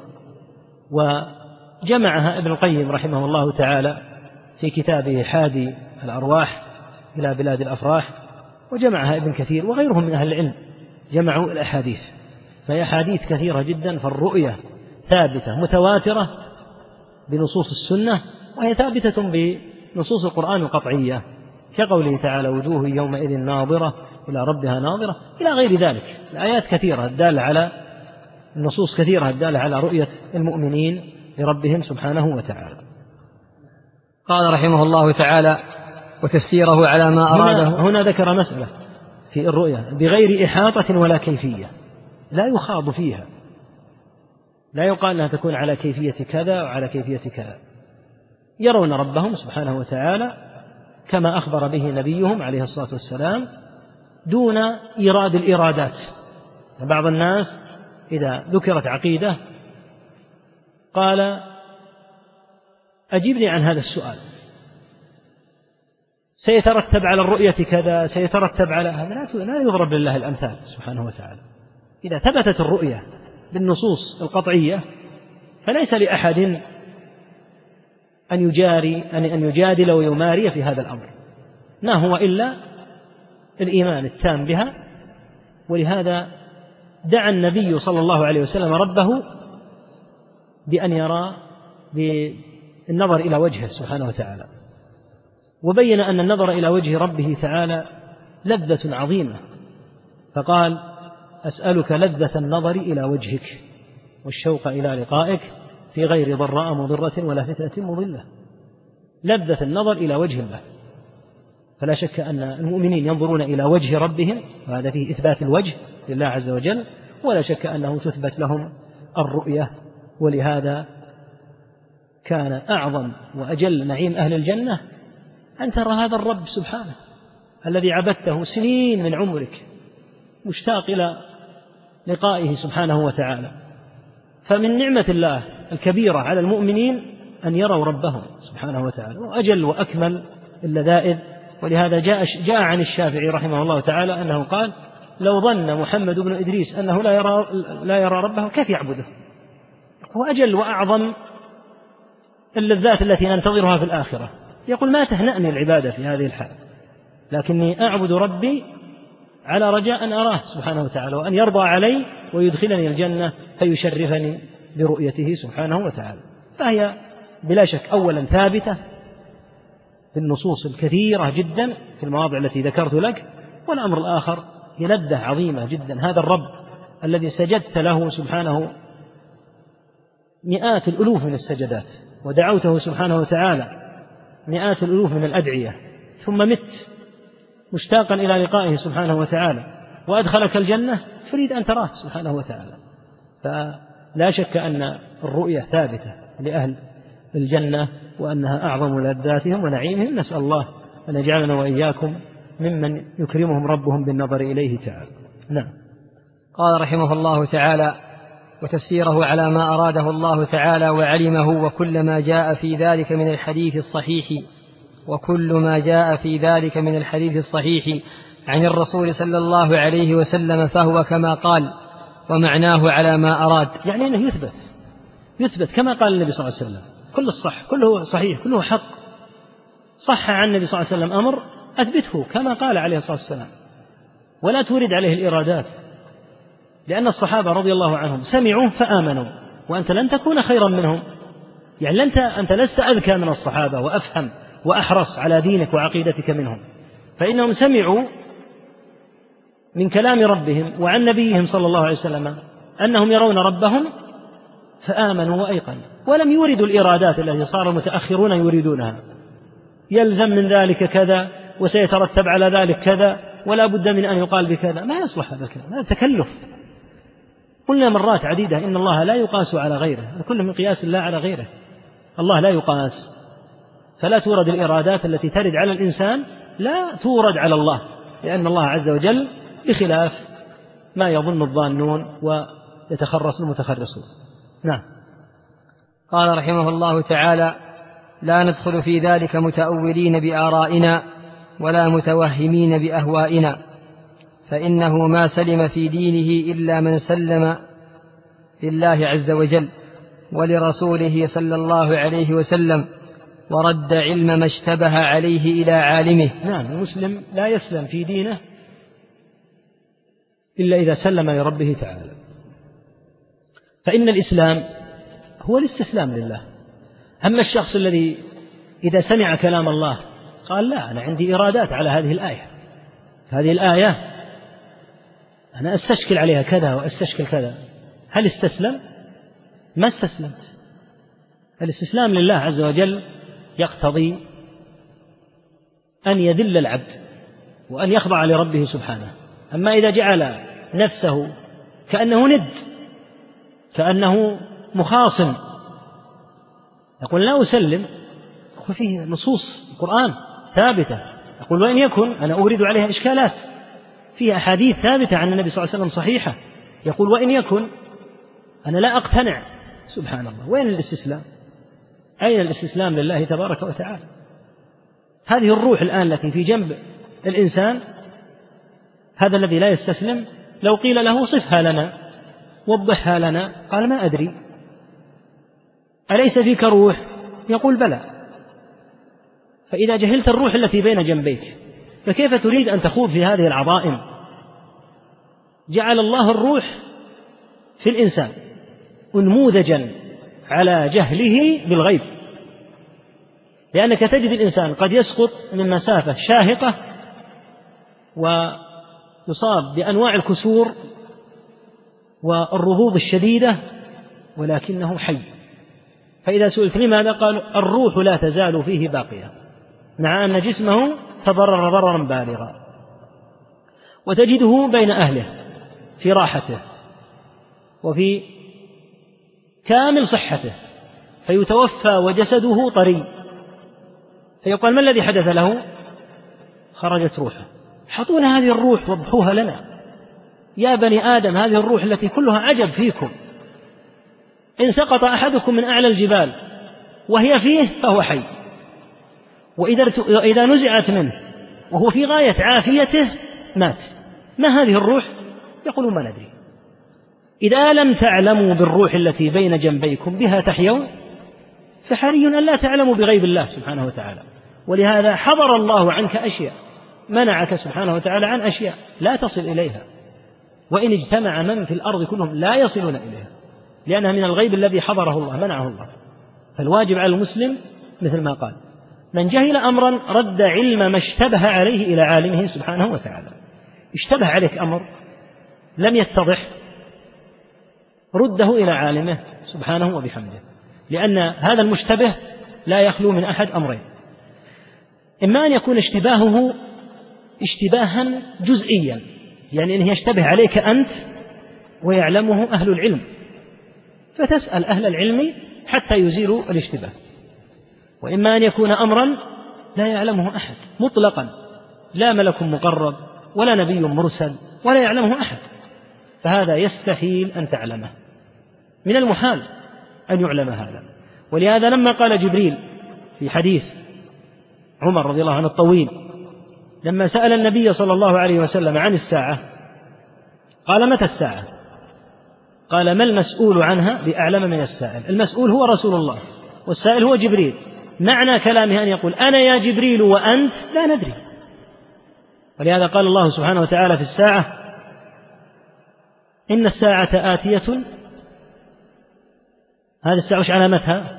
وجمعها ابن القيم رحمه الله تعالى في كتابه حادي الأرواح إلى بلاد الأفراح، وجمعها ابن كثير وغيرهم من أهل العلم جمعوا الأحاديث، فهي أحاديث كثيرة جدا. فالرؤية ثابتة متواترة بنصوص السنة، وهي ثابتة بنصوص القرآن القطعية، كقوله تعالى وجوه يومئذ ناظرة إلى ربها ناظرة إلى غير ذلك. الآيات كثيرة الدالة على النصوص كثيرة الدالة على رؤية المؤمنين لربهم سبحانه وتعالى. قال رحمه الله تعالى وتفسيره على ما أراده. هنا ذكر مسألة في الرؤية بغير إحاطة ولا كيفية، لا يخاض فيها، لا يقال أنها تكون على كيفية كذا وعلى كيفية كذا. يرون ربهم سبحانه وتعالى كما أخبر به نبيهم عليه الصلاة والسلام دون إيراد الإرادات. بعض الناس إذا ذكرت عقيدة قال أجبني عن هذا السؤال، سيترتب على الرؤية كذا، سيترتب على هذا. لا يضرب لله الأمثال سبحانه وتعالى. إذا ثبتت الرؤية بالنصوص القطعية فليس لأحد أن يجادل ويماري في هذا الأمر، ما هو إلا الإيمان التام بها. ولهذا دعا النبي صلى الله عليه وسلم ربه بأن يرى بالنظر إلى وجهه سبحانه وتعالى، وبين أن النظر إلى وجه ربه تعالى لذة عظيمة، فقال أسألك لذة النظر إلى وجهك والشوق إلى لقائك في غير ضراء مضرة ولا فتنة مضلة. لذة النظر إلى وجه الله، فلا شك أن المؤمنين ينظرون إلى وجه ربهم، وهذا فيه إثبات الوجه لله عز وجل، ولا شك أنه تثبت لهم الرؤية. ولهذا كان أعظم وأجل نعيم أهل الجنة أن ترى هذا الرب سبحانه الذي عبدته سنين من عمرك مشتاق إلى لقائه سبحانه وتعالى. فمن نعمة الله الكبيرة على المؤمنين أن يروا ربهم سبحانه وتعالى، وأجل وأكمل اللذائذ. ولهذا جاء عن الشافعي رحمه الله تعالى أنه قال لو ظن محمد بن إدريس أنه لا يرى ربه كيف يعبده؟ هو أجل وأعظم اللذات التي ننتظرها في الآخرة. يقول ما تهنأني العبادة في هذه الحال، لكني أعبد ربي على رجاء أن أراه سبحانه وتعالى، وأن يرضى علي ويدخلني الجنة فيشرفني برؤيته سبحانه وتعالى. فهي بلا شك أولا ثابتة بالنصوص الكثيرة جدا في المواضع التي ذكرت لك، والأمر الآخر هي لذة عظيمة جدا. هذا الرب الذي سجدت له سبحانه مئات الألوف من السجدات، ودعوته سبحانه وتعالى مئات الألوف من الأدعية، ثم مت مشتاقا إلى لقائه سبحانه وتعالى، وأدخلك الجنة تريد أن تراه سبحانه وتعالى. فلا شك أن الرؤية ثابتة لأهل الجنة، وأنها أعظم لذاتهم ونعيمهم. نسأل الله أن يجعلنا وإياكم ممن يكرمهم ربهم بالنظر إليه تعالى. نعم. قال رحمه الله تعالى وتفسيره على ما أراده الله تعالى وعلمه وكل ما جاء في ذلك من الحديث الصحيح عن الرسول صلى الله عليه وسلم فهو كما قال ومعناه على ما أراد. يعني أنه يثبت كما قال النبي صلى الله عليه وسلم، كل الصح، كله صحيح، كله حق، صح عن النبي صلى الله عليه وسلم أمر أثبته كما قال عليه الصلاة والسلام، ولا تورد عليه الإرادات، لأن الصحابة رضي الله عنهم سمعوا فآمنوا، وأنت لن تكون خيرا منهم. يعني أنت لست أذكى من الصحابة وأفهم وأحرص على دينك وعقيدتك منهم، فإنهم سمعوا من كلام ربهم وعن نبيهم صلى الله عليه وسلم أنهم يرون ربهم فآمنوا وأيقنوا، ولم يوردوا الإرادات التي صار المتأخرون يريدونها، يلزم من ذلك كذا وسيترتب على ذلك كذا ولا بد من أن يقال بكذا. ما يصلح هذا الكلام، هذا تكلف. قلنا مرات عديدة إن الله لا يقاس على غيره، كل من قياس الله على غيره. الله لا يقاس، فلا تورد الإرادات التي ترد على الإنسان لا تورد على الله، لأن الله عز وجل بخلاف ما يظن الظانون ويتخرص المتخرصون. نعم. قال رحمه الله تعالى: لا ندخل في ذلك متأولين بآرائنا ولا متوهمين بأهوائنا، فإنه ما سلم في دينه إلا من سلم لله عز وجل ولرسوله صلى الله عليه وسلم ورد علم ما اشتبه عليه إلى عالمه. نعم، المسلم لا يسلم في دينه إلا إذا سلم لربه تعالى، فإن الإسلام هو الاستسلام لله. أما الشخص الذي إذا سمع كلام الله قال: لا، أنا عندي إرادات على هذه الآية، هذه الآية أنا أستشكل عليها كذا وأستشكل كذا، هل استسلم؟ ما استسلمت. الاستسلام لله عز وجل يقتضي أن يذل العبد وأن يخضع لربه سبحانه. أما إذا جعل نفسه كأنه ند، كأنه مخاصم، يقول: لا أسلم، وفيه نصوص القرآن ثابتة، يقول: وإن يكن، أنا أورد عليها إشكالات، فيها أحاديث ثابتة عن النبي صلى الله عليه وسلم صحيحة، يقول: وإن يكن، أنا لا أقتنع. سبحان الله، وين الاستسلام؟ أين الاستسلام لله تبارك وتعالى؟ هذه الروح الآن التي في جنب الإنسان، هذا الذي لا يستسلم، لو قيل له: صفها لنا، وضحها لنا، قال: ما أدري. أليس فيك روح؟ يقول: بلى. فإذا جهلت الروح التي بين جنبيك فكيف تريد أن تخوض في هذه العظائم؟ جعل الله الروح في الإنسان أنموذجا على جهله بالغيب، لأنك تجد الإنسان قد يسقط من مسافة شاهقة ويصاب بأنواع الكسور والرضوض الشديدة ولكنه حي. فإذا سئلت لماذا؟ قال: الروح لا تزال فيه باقية، مع أن جسمه تضرر ضررا بالغا. وتجده بين أهله في راحته وفي كامل صحته، فيتوفى وجسده طري، فيقال: ما الذي حدث له؟ خرجت روحه. حطونا هذه الروح وضحوها لنا يا بني آدم، هذه الروح التي كلها عجب فيكم. إن سقط أحدكم من أعلى الجبال وهي فيه فهو حي، وإذا نزعت منه وهو في غاية عافيته مات. ما هذه الروح؟ يقولون: ما ندري. إذا لم تعلموا بالروح التي بين جنبيكم بها تحيون، فحري أن لا تعلموا بغيب الله سبحانه وتعالى. ولهذا حضر الله عنك أشياء، منعك سبحانه وتعالى عن أشياء لا تصل إليها، وإن اجتمع من في الأرض كلهم لا يصلون إليها، لأنها من الغيب الذي حضره الله، منعه الله. فالواجب على المسلم مثل ما قال: من جهل أمرا رد علم ما اشتبه عليه إلى عالمه سبحانه وتعالى. اشتبه عليك أمر لم يتضح، رده إلى عالمه سبحانه وبحمده، لأن هذا المشتبه لا يخلو من أحد أمرين: إما أن يكون اشتباهه اشتباها جزئيا، يعني أنه يشتبه عليك أنت ويعلمه أهل العلم، فتسأل أهل العلم حتى يزيلوا الاشتباه. وإما أن يكون أمرا لا يعلمه أحد مطلقا، لا ملك مقرب ولا نبي مرسل ولا يعلمه أحد، فهذا يستحيل أن تعلمه، من المحال أن يعلم هذا. ولهذا لما قال جبريل في حديث عمر رضي الله عنه الطويل، لما سأل النبي صلى الله عليه وسلم عن الساعة قال: متى الساعة؟ قال: ما المسؤول عنها بأعلم من السائل. المسؤول هو رسول الله والسائل هو جبريل. معنى كلامه أن يقول: أنا يا جبريل وأنت لا ندري. ولهذا قال الله سبحانه وتعالى في الساعة: إن الساعة آتية. هذه الساعة وش علامتها؟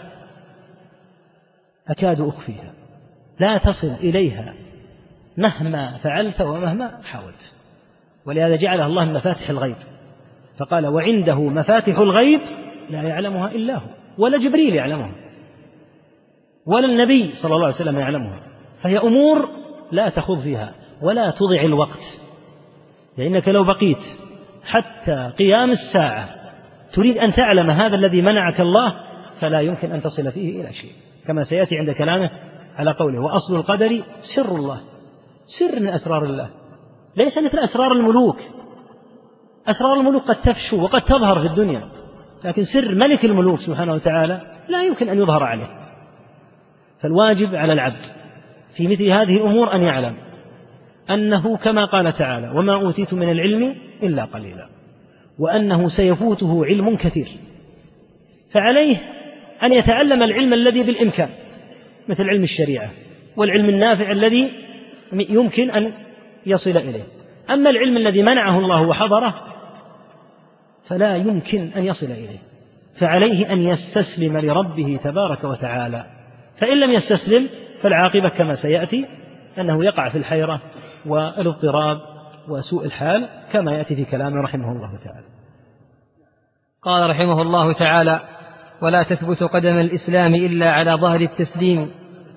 أكاد أخفيها، لا تصل إليها مهما فعلت ومهما حاولت. ولهذا جعلها الله من مفاتح الغيب، فقال: وعنده مفاتح الغيب لا يعلمها إلا هو، ولا جبريل يعلمها ولا النبي صلى الله عليه وسلم يعلمها. فهي أمور لا تخوض فيها ولا تضع الوقت، لأنك لو بقيت حتى قيام الساعة تريد أن تعلم هذا الذي منعك الله فلا يمكن أن تصل فيه إلى شيء، كما سيأتي عند كلامه على قوله: وأصل القدر سر الله. سر من أسرار الله، ليس مثل أسرار الملوك. أسرار الملوك قد تفشو وقد تظهر في الدنيا، لكن سر ملك الملوك سبحانه وتعالى لا يمكن أن يظهر عليه. فالواجب على العبد في مثل هذه الأمور أن يعلم أنه كما قال تعالى وما أوتيت من العلم إلا قليلا، وأنه سيفوته علم كثير، فعليه أن يتعلم العلم الذي بالإمكان مثل علم الشريعة والعلم النافع الذي يمكن أن يصل إليه. أما العلم الذي منعه الله وحضره فلا يمكن أن يصل إليه، فعليه أن يستسلم لربه تبارك وتعالى، فإن لم يستسلم فالعاقبة كما سيأتي أنه يقع في الحيرة والاضطراب وسوء الحال كما يأتي في كلامه رحمه الله تعالى. قال رحمه الله تعالى: ولا تثبت قدم الإسلام إلا على ظهر التسليم،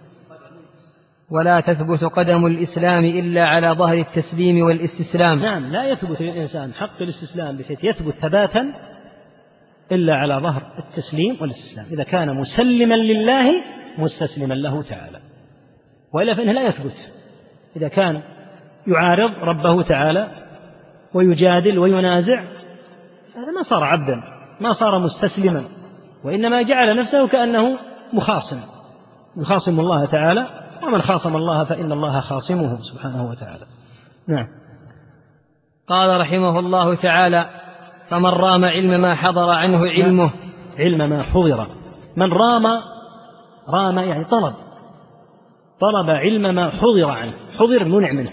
ولا تثبت قدم الإسلام إلا على ظهر التسليم والاستسلام. نعم، لا يثبت للإنسان حق الاستسلام بحيث يثبت ثباتا إلا على ظهر التسليم والاستسلام، إذا كان مسلما لله مستسلما له تعالى، وإلا فإنه لا يثبت. إذا كان يعارض ربه تعالى ويجادل وينازع هذا ما صار عبدا، ما صار مستسلما، وإنما جعل نفسه كأنه يخاصم الله تعالى، ومن خاصم الله فإن الله خاصمه سبحانه وتعالى. نعم. قال رحمه الله تعالى: فمن رام علم ما حضر عنه علمه. علم ما حضر، من رام يعني طلب علم ما حضر عنه، حضر منع منه،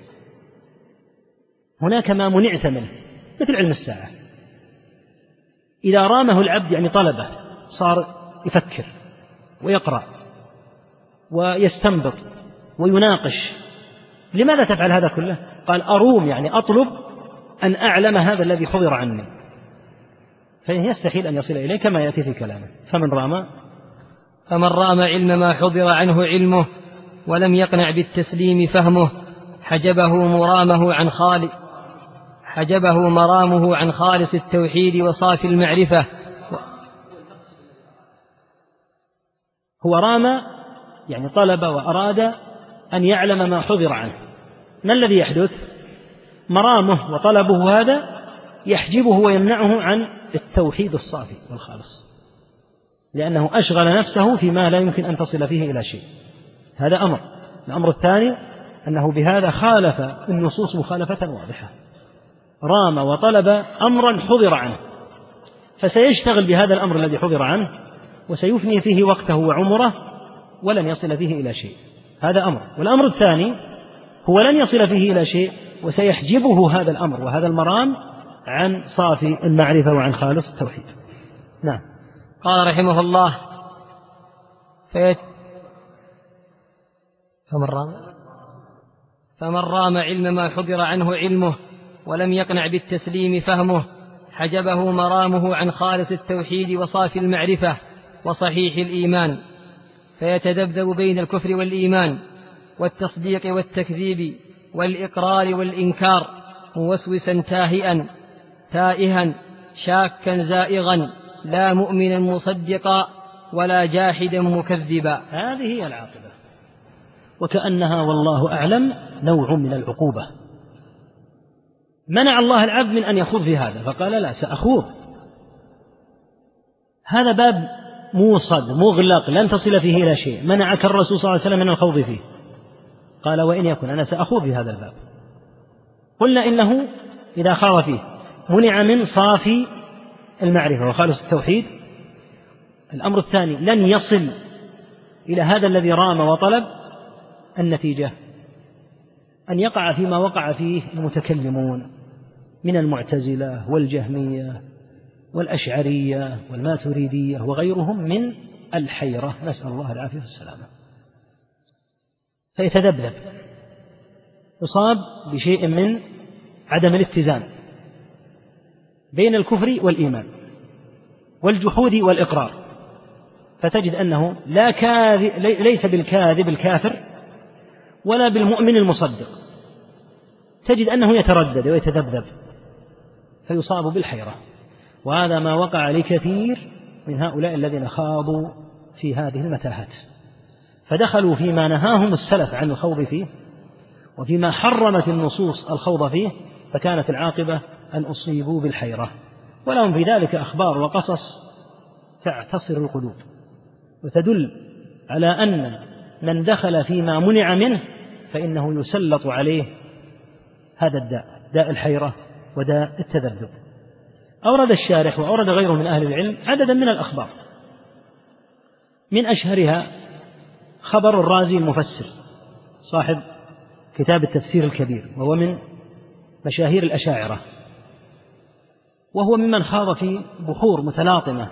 هناك ما منعت منه مثل علم الساعة، إذا رامه العبد يعني طلبه صار يفكر ويقرأ ويستنبط ويناقش. لماذا تفعل هذا كله؟ قال أروم يعني أطلب أن أعلم هذا الذي حضر عني، فإن يستحيل أن يصل إليه كما يأتي في كلامه. فمن رام علم ما حضر عنه علمه ولم يقنع بالتسليم فهمه حجبه مرامه عن خالص التوحيد وصافي المعرفة. هو رام يعني طلب وأراد أن يعلم ما حضر عنه، ما الذي يحدث؟ مرامه وطلبه هذا يحجبه ويمنعه عن التوحيد الصافي والخالص، لأنه أشغل نفسه فيما لا يمكن أن تصل فيه إلى شيء. هذا أمر. الأمر الثاني أنه بهذا خالف النصوص مخالفة واضحة، رام وطلب أمرا حضر عنه، فسيشتغل بهذا الأمر الذي حضر عنه وسيفني فيه وقته وعمره ولن يصل فيه إلى شيء. هذا أمر. والأمر الثاني هو لن يصل فيه إلى شيء وسيحجبه هذا الأمر وهذا المرام عن صافي المعرفة وعن خالص التوحيد. نعم. قال رحمه الله: فمن رام علم ما حضر عنه علمه ولم يقنع بالتسليم فهمه حجبه مرامه عن خالص التوحيد وصافي المعرفة وصحيح الإيمان، فيتذبذب بين الكفر والإيمان والتصديق والتكذيب والإقرار والإنكار، موسوسا تائها شاكا زائغا، لا مؤمنا مصدقا ولا جاحدا مكذبا. هذه هي العاقبة، وكأنها والله أعلم نوع من العقوبة. منع الله العبد من أن يخوض في هذا، فقال لا سأخوض، هذا باب موصد مغلق لن تصل فيه إلى شيء، منعك الرسول صلى الله عليه وسلم من الخوض فيه، قال وإن يكن أنا سأخوض في هذا الباب. قلنا إنه إذا خاض فيه منع من صافي المعرفة وخالص التوحيد. الأمر الثاني لن يصل إلى هذا الذي رام وطلب، النتيجة أن يقع فيما وقع فيه المتكلمون من المعتزلة والجهمية والأشعرية والماتريدية وغيرهم من الحيرة، نسأل الله العافية والسلامة، فيتذبذب، يصاب بشيء من عدم الاتزان بين الكفر والإيمان والجحود والإقرار، فتجد أنه ليس بالكاذب الكافر ولا بالمؤمن المصدق، تجد أنه يتردد ويتذبذب فيصاب بالحيرة. وهذا ما وقع لكثير من هؤلاء الذين خاضوا في هذه المتاهات، فدخلوا فيما نهاهم السلف عن الخوض فيه وفيما حرمت النصوص الخوض فيه، فكانت العاقبة أن أصيبوا بالحيرة ولهم في ذلك أخبار وقصص تعتصر القلوب وتدل على أن من دخل فيما منع منه فإنه يسلط عليه هذا الداء، داء الحيرة وداء التذبذب. أورد الشارح وأورد غيره من أهل العلم عددا من الأخبار، من أشهرها خبر الرازي المفسر صاحب كتاب التفسير الكبير، وهو من مشاهير الأشاعرة، وهو ممن خاض في بحور متلاطمة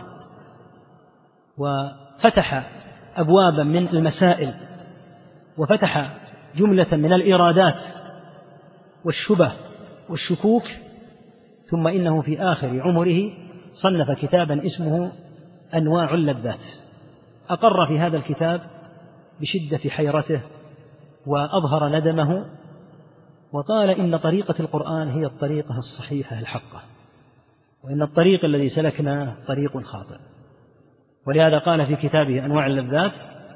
وفتح أبوابا من المسائل وفتح جملة من الإيرادات والشبه والشكوك، ثم إنه في آخر عمره صنف كتابا اسمه أنواع اللذات، أقر في هذا الكتاب بشدة حيرته وأظهر ندمه، وقال إن طريقة القرآن هي الطريقة الصحيحة الحقة، وإن الطريق الذي سلكناه طريق خاطئ. ولهذا قال في كتابه أنواع اللذات: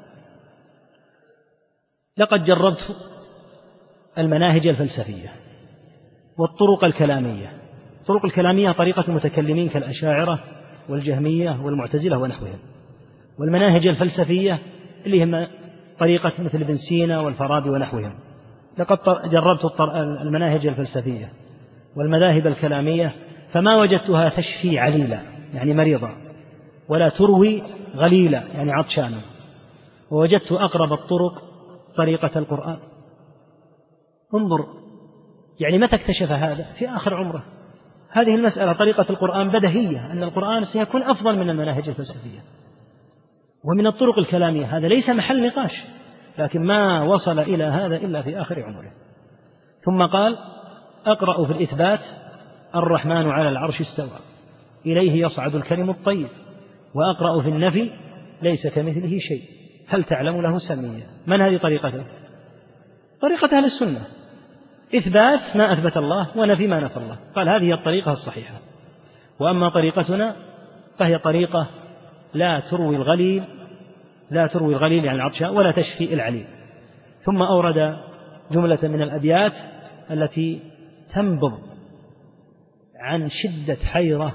لقد جربت المناهج الفلسفية والطرق الكلامية. الطرق الكلامية طريقة المتكلمين كالأشاعرة والجهمية والمعتزلة ونحوهم، والمناهج الفلسفية اللي هم طريقة مثل ابن سينا والفارابي ونحوهم. لقد جربت المناهج الفلسفية والمذاهب الكلامية فما وجدتها تشفي عليلا يعني مريضة، ولا تروي غليلا يعني عطشانا، ووجدت أقرب الطرق طريقة القرآن. انظر يعني متى اكتشف هذا؟ في آخر عمره. هذه المسألة طريقة القرآن بدهية أن القرآن سيكون أفضل من المناهج الفلسفية ومن الطرق الكلامية، هذا ليس محل نقاش، لكن ما وصل إلى هذا إلا في آخر عمره. ثم قال: أقرأ في الإثبات: الرحمن على العرش استوى، إليه يصعد الكلم الطيب. وأقرأ في النفي: ليس كمثله شيء، هل تعلم له سميا. من هذه طريقته؟ طريقة أهل السنة، إثبات ما أثبت الله ونفي ما نفى الله. قال هذه الطريقة الصحيحة. وأما طريقتنا فهي طريقة لا تروي الغليل يعني العطشاء ولا تشفي العليل. ثم أورد جملة من الأبيات التي تنبض عن شدة حيرة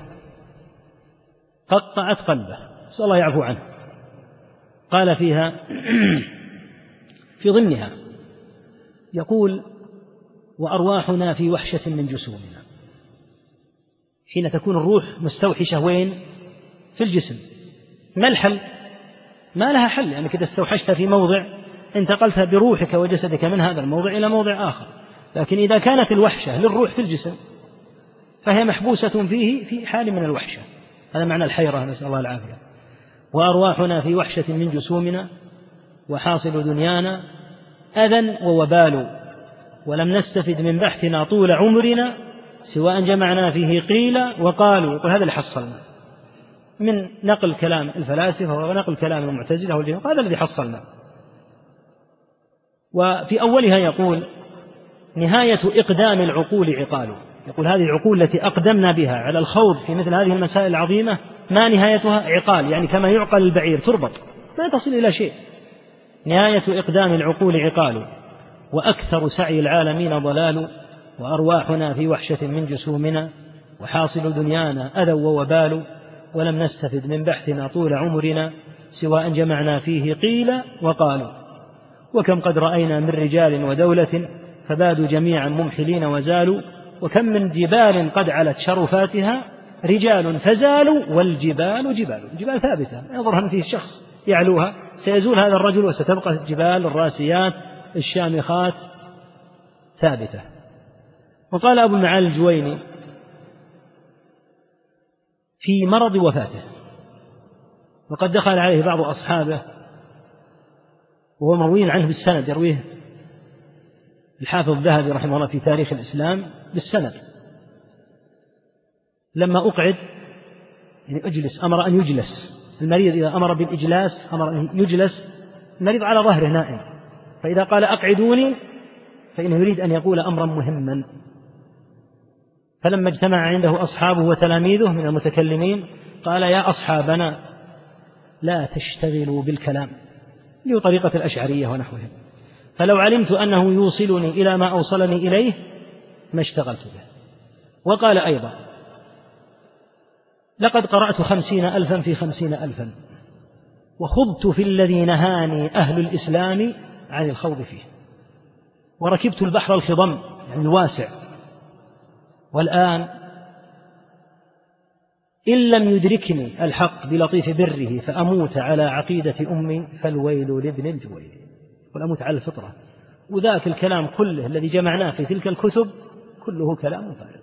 قطعت قلبه، نسأل الله يعفو عنه. قال فيها في ضمنها يقول: وأرواحنا في وحشة من جسومنا. حين تكون الروح مستوحشة وين؟ في الجسم. ما الحل؟ ما لها حل، يعني كده استوحشت في موضع انتقلت بروحك وجسدك من هذا الموضع إلى موضع آخر، لكن إذا كانت الوحشة للروح في الجسم فهي محبوسة فيه في حال من الوحشة. هذا معنى الحيرة، نسأل الله العافية. وأرواحنا في وحشة من جسومنا، وحاصل دنيانا أذى ووبال، ولم نستفد من بحثنا طول عمرنا سوى أن جمعنا فيه قيل وقالوا. يقول هذا اللي حصلنا من نقل كلام الفلاسفة ونقل كلام المعتزلة والجهمية، هذا الذي حصلنا. وفي أولها يقول: نهاية إقدام العقول عقال. يقول هذه العقول التي أقدمنا بها على الخوض في مثل هذه المسائل العظيمة ما نهايتها؟ عقال، يعني كما يعقل البعير، تربط لا تصل إلى شيء. نهاية إقدام العقول عقال، وأكثر سعي العالمين ضلال، وأرواحنا في وحشة من جسومنا، وحاصل دنيانا أذى ووبال، ولم نستفد من بحثنا طول عمرنا سوى أن جمعنا فيه قيل وقالوا. وكم قد رأينا من رجال ودولة فبادوا جميعا ممحلين وزالوا، وكم من جبال قد علت شرفاتها رجال فزالوا، والجبال جبال ثابتة يظهر فيه الشخص يعلوها، سيزول هذا الرجل وستبقى الجبال الراسيات الشامخات ثابتة. وقال أبو المعالي الجويني في مرض وفاته، وقد دخل عليه بعض أصحابه وهو مروي عنه بالسند، يرويه الحافظ الذهبي رحمه الله في تاريخ الإسلام بالسند. لما أقعد يعني أجلس، أمر أن يجلس المريض، إذا أمر بالإجلاس أمر أن يجلس المريض على ظهره نائم، فإذا قال أقعدوني فإنه يريد أن يقول أمرا مهما. فلما اجتمع عنده أصحابه وتلاميذه من المتكلمين قال: يا أصحابنا لا تشتغلوا بالكلام، له طريقة الأشعرية ونحوهم، فلو علمت أنه يوصلني إلى ما أوصلني إليه ما اشتغلت به. وقال أيضا: لقد قرأت 50,000 في 50,000 وخضت في الذي نهاني أهل الإسلام عن الخوض فيه، وركبت البحر الخضم يعني الواسع، والآن إن لم يدركني الحق بلطيف بره فأموت على عقيدة أمي فالويل لابن الجويل، والأموت على الفطرة. وذاك الكلام كله الذي جمعناه في تلك الكتب كله كلام فارغ.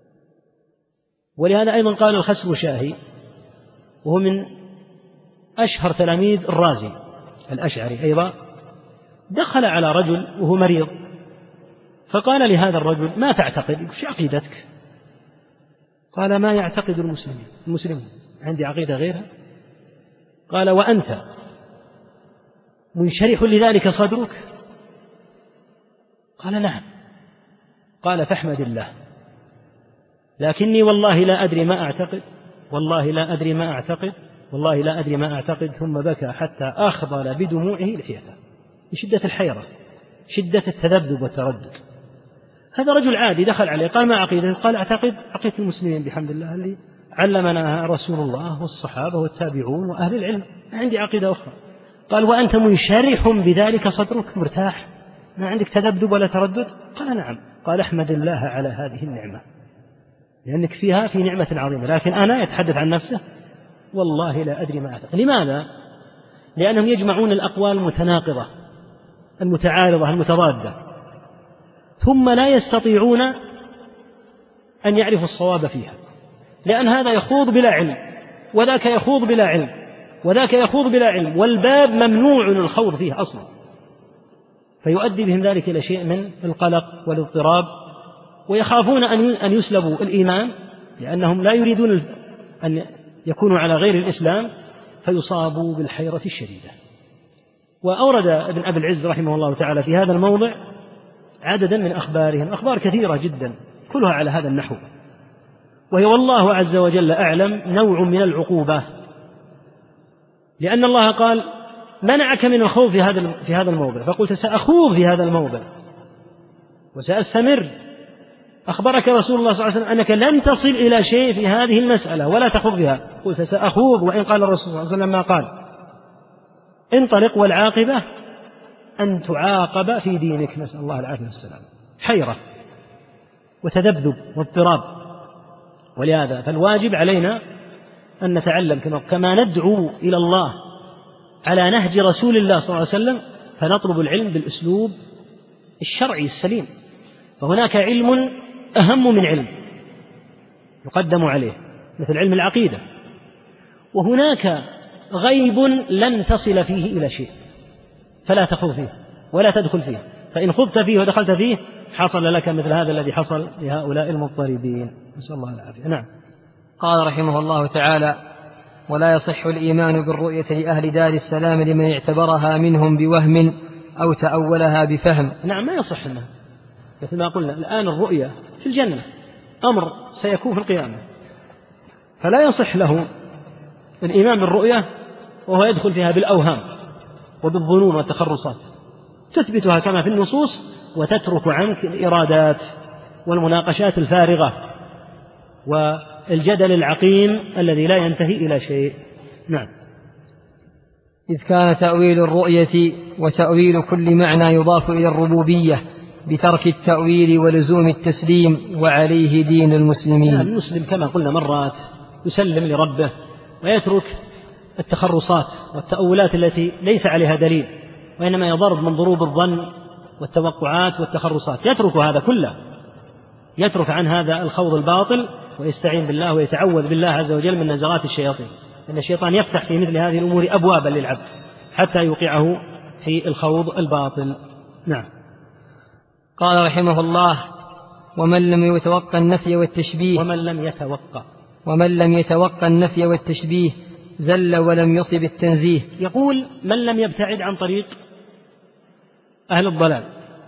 ولهذا أيضا قال الخسروشاهي وهو من أشهر تلاميذ الرازي الأشعري أيضا، دخل على رجل وهو مريض فقال لهذا الرجل: ما تعتقد؟ شو عقيدتك؟ قال: ما يعتقد المسلمون، عندي عقيدة غيرها. قال: وأنت منشرح لذلك صدرك؟ قال: نعم. قال: فاحمد الله، لكني والله لا أدري ما أعتقد، والله لا أدري ما أعتقد، والله لا أدري ما أعتقد. ثم بكى حتى أخضل بدموعه لحيته لشدة الحيرة، شدة التذبذب والتردد. هذا رجل عادي دخل عليه قال: ما عقيدة؟ قال: أعتقد عقيدة المسلمين بحمد الله اللي علمنا رسول الله والصحابة والتابعون وأهل العلم، عندي عقيدة أخرى. قال: وأنت منشرح بذلك صدرك، مرتاح، ما عندك تذبذب ولا تردد؟ قال: نعم. قال: احمد الله على هذه النعمة، لأنك فيها في نعمة عظيمة. لكن أنا يتحدث عن نفسه: والله لا أدري ما أعتقد. لماذا؟ لأنهم يجمعون الأقوال المتناقضة المتعارضة المتضادة، ثم لا يستطيعون أن يعرفوا الصواب فيها، لأن هذا يخوض بلا علم، وذاك يخوض بلا علم، وذاك يخوض بلا علم، والباب ممنوع الخوض فيه أصلا، فيؤدي بهم ذلك إلى شيء من القلق والاضطراب، ويخافون أن يسلبوا الإيمان، لأنهم لا يريدون أن يكونوا على غير الإسلام، فيصابوا بالحيرة الشديدة. وأورد ابن أبي العز رحمه الله تعالى في هذا الموضع عددا من أخبارهم، أخبار كثيرة جدا كلها على هذا النحو، وهي والله عز وجل أعلم نوع من العقوبة، لأن الله قال: منعك من الخوض في هذا الموضع، فقلت سأخوض في هذا الموضع وسأستمر. أخبرك رسول الله صلى الله عليه وسلم أنك لن تصل إلى شيء في هذه المسألة ولا تخوض بها، قلت سأخوض، وإن قال الرسول صلى الله عليه وسلم ما قال: انطلق والعاقبة أن تعاقب في دينك. نسأل الله العافية والسلام. حيرة وتذبذب واضطراب. ولهذا فالواجب علينا أن نتعلم كما ندعو إلى الله على نهج رسول الله صلى الله عليه وسلم، فنطلب العلم بالأسلوب الشرعي السليم. فهناك علم أهم من علم يقدم عليه مثل علم العقيدة، وهناك غيب لن تصل فيه إلى شيء، فلا تخوض فيه ولا تدخل فيه، فإن خضت فيه ودخلت فيه حصل لك مثل هذا الذي حصل لهؤلاء المضطربين، نسأل الله العافية. نعم. قال رحمه الله تعالى: ولا يصح الإيمان بالرؤية لأهل دار السلام لمن اعتبرها منهم بوهم أو تأولها بفهم. نعم، ما يصح لنا، مثل ما قلنا الآن الرؤية في الجنة أمر سيكون في القيامة، فلا يصح له الإيمان بالرؤية وهو يدخل فيها بالأوهام وبالظنون والتخرصات، تثبتها كما في النصوص وتترك عنك الإرادات والمناقشات الفارغة والجدل العقيم الذي لا ينتهي إلى شيء. نعم. إذ كان تأويل الرؤية وتأويل كل معنى يضاف إلى الربوبية بترك التأويل ولزوم التسليم، وعليه دين المسلمين. يعني المسلم كما قلنا مرات يسلم لربه ويترك التخرصات والتأولات التي ليس عليها دليل، وإنما يضرب من ضروب الظن والتوقعات والتخرصات، يترك هذا كله، يترك عن هذا الخوض الباطل ويستعين بالله ويتعوذ بالله عز وجل من نزغات الشياطين، إن الشيطان يفتح في مثل هذه الأمور أبوابا للعبد حتى يوقعه في الخوض الباطل. نعم. قال رحمه الله: ومن لم يتوقع النفي والتشبيه ومن لم يتوقع النفي والتشبيه زل ولم يصب التنزيه. يقول: من لم يبتعد عن طريق أهل الضلال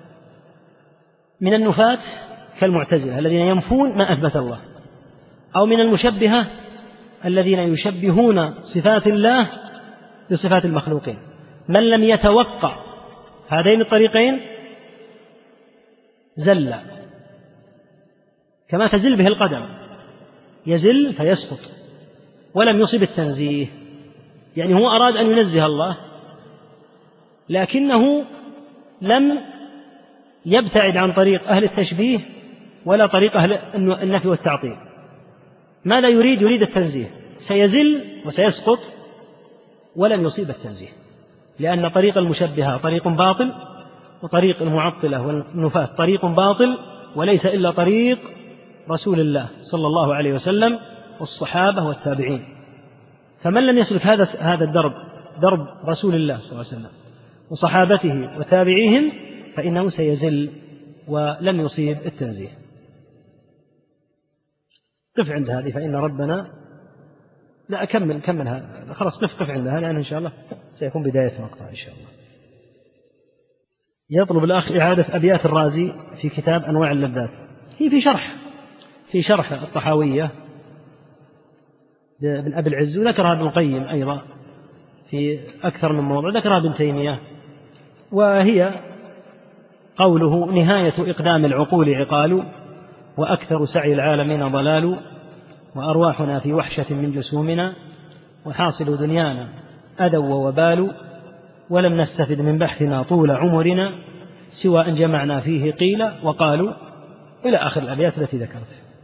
من النفاة كالمعتزلة الذين ينفون ما أثبت الله، أو من المشبهة الذين يشبهون صفات الله بصفات المخلوقين، من لم يتوقع هذين الطريقين زل كما تزل به القدم، يزل فيسقط ولم يصب التنزيه، يعني هو أراد أن ينزه الله لكنه لم يبتعد عن طريق أهل التشبيه ولا طريق أهل النفي والتعطيل. ماذا يريد؟ يريد التنزيه، سيزل وسيسقط ولم يصيب التنزيه، لأن طريق المشبهة طريق باطل، وطريق المعطلة والنفاة طريق باطل، وليس إلا طريق رسول الله صلى الله عليه وسلم والصحابة والتابعين. فمن لم يسلك هذا الدرب، درب رسول الله صلى الله عليه وسلم وصحابته وتابعيهم، فإنه سيزل ولم يصيب التنزيه. قف عند هذه فإن ربنا لا كمل هذا، خلاص قف عندها، لأن إن شاء الله سيكون بداية مقطع إن شاء الله. يطلب الأخ إعادة أبيات الرازي في كتاب أنواع اللذات. هي في شرح الطحاوية بن أبي العز، وذكرها ابن القيم أيضا في أكثر من موضع، ذكرها ابن تيمية، وهي قوله: نهاية إقدام العقول عقال، وأكثر سعي العالمين ضلال، وأرواحنا في وحشة من جسومنا، وحاصل دنيانا أذى ووبال، ولم نستفد من بحثنا طول عمرنا، سوى أن جمعنا فيه قيل وقالوا، إلى آخر الأبيات التي ذكرت.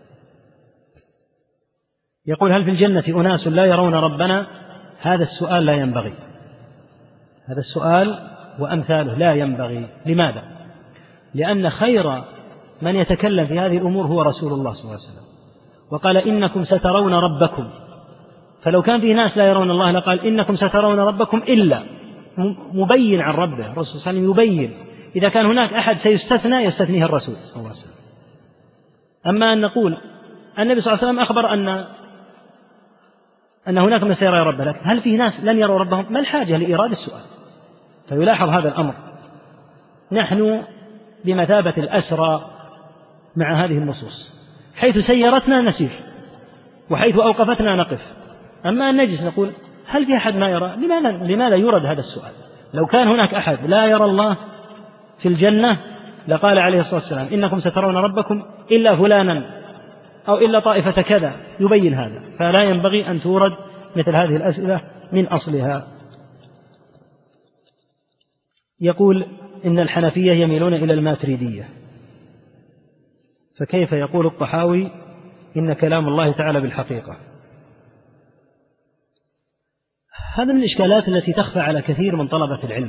يقول: هل في الجنة أناس لا يرون ربنا؟ هذا السؤال لا ينبغي، هذا السؤال وأمثاله لا ينبغي. لماذا؟ لأن خير من يتكلم في هذه الأمور هو رسول الله صلى الله عليه وسلم، وقال: إنكم سترون ربكم. فلو كان فيه ناس لا يرون الله لقال: إنكم سترون ربكم، إلا مبين عن ربه. الرسول صلى الله عليه وسلم يبين، إذا كان هناك أحد سيستثنى يستثنيه الرسول صلى الله عليه وسلم. أما أن نقول النبي صلى الله عليه وسلم أخبر أن هناك من سيرى ربه، لكن هل فيه ناس لن يروا ربهم؟ ما الحاجة لإيراد السؤال؟ فيلاحظ هذا الأمر. نحن بمثابة الأسرى مع هذه النصوص، حيث سيرتنا نسير، وحيث أوقفتنا نقف. أما أن نجلس نقول هل في أحد ما يرى؟ لماذا يورد هذا السؤال؟ لو كان هناك أحد لا يرى الله في الجنة لقال عليه الصلاة والسلام: إنكم سترون ربكم إلا فلانا أو إلا طائفة كذا، يبين هذا. فلا ينبغي أن تورد مثل هذه الأسئلة من أصلها. يقول: إن الحنفية يميلون إلى الماتريدية، فكيف يقول الطحاوي إن كلام الله تعالى بالحقيقة؟ هذا من الإشكالات التي تخفى على كثير من طلبة العلم.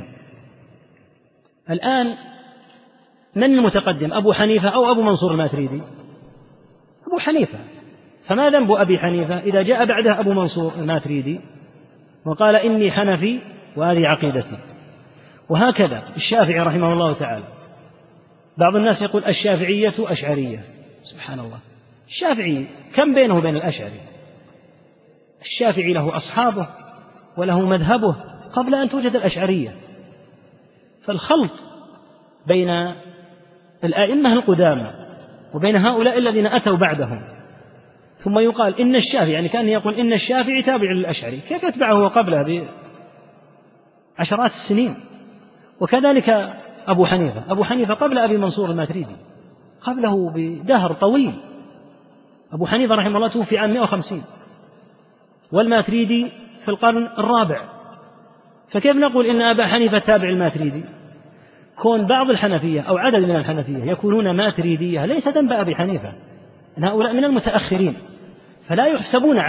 الآن من المتقدم، أبو حنيفة أو أبو منصور الماتريدي؟ أبو حنيفة. فما ذنب أبي حنيفة إذا جاء بعده أبو منصور الماتريدي وقال: إني حنفي وهذه عقيدتي؟ وهكذا الشافعي رحمه الله تعالى. بعض الناس يقول الشافعية أشعرية. سبحان الله، الشافعي كم بينه وبين الأشعري؟ الشافعي له أصحابه وله مذهبه قبل أن توجد الأشعرية. فالخلط بين الأئمة القدامى وبين هؤلاء الذين أتوا بعدهم، ثم يقال إن الشافعي، يعني كان يقول إن الشافعي تابع للأشعري، كيف يتبعه قبله بعشرات السنين؟ وكذلك أبو حنيفة قبل أبي منصور الماتريدي، قبله بدهر طويل. أبو حنيفة رحمه الله توفي عام 150، والماتريدي في القرن الرابع. فكيف نقول إن أبا حنيفة تابع الماتريدي؟ كون بعض الحنفية أو عدد من الحنفية يكونون ماتريدية ليس ذنب أبي حنيفة، إن هؤلاء من المتأخرين، فلا يحسبون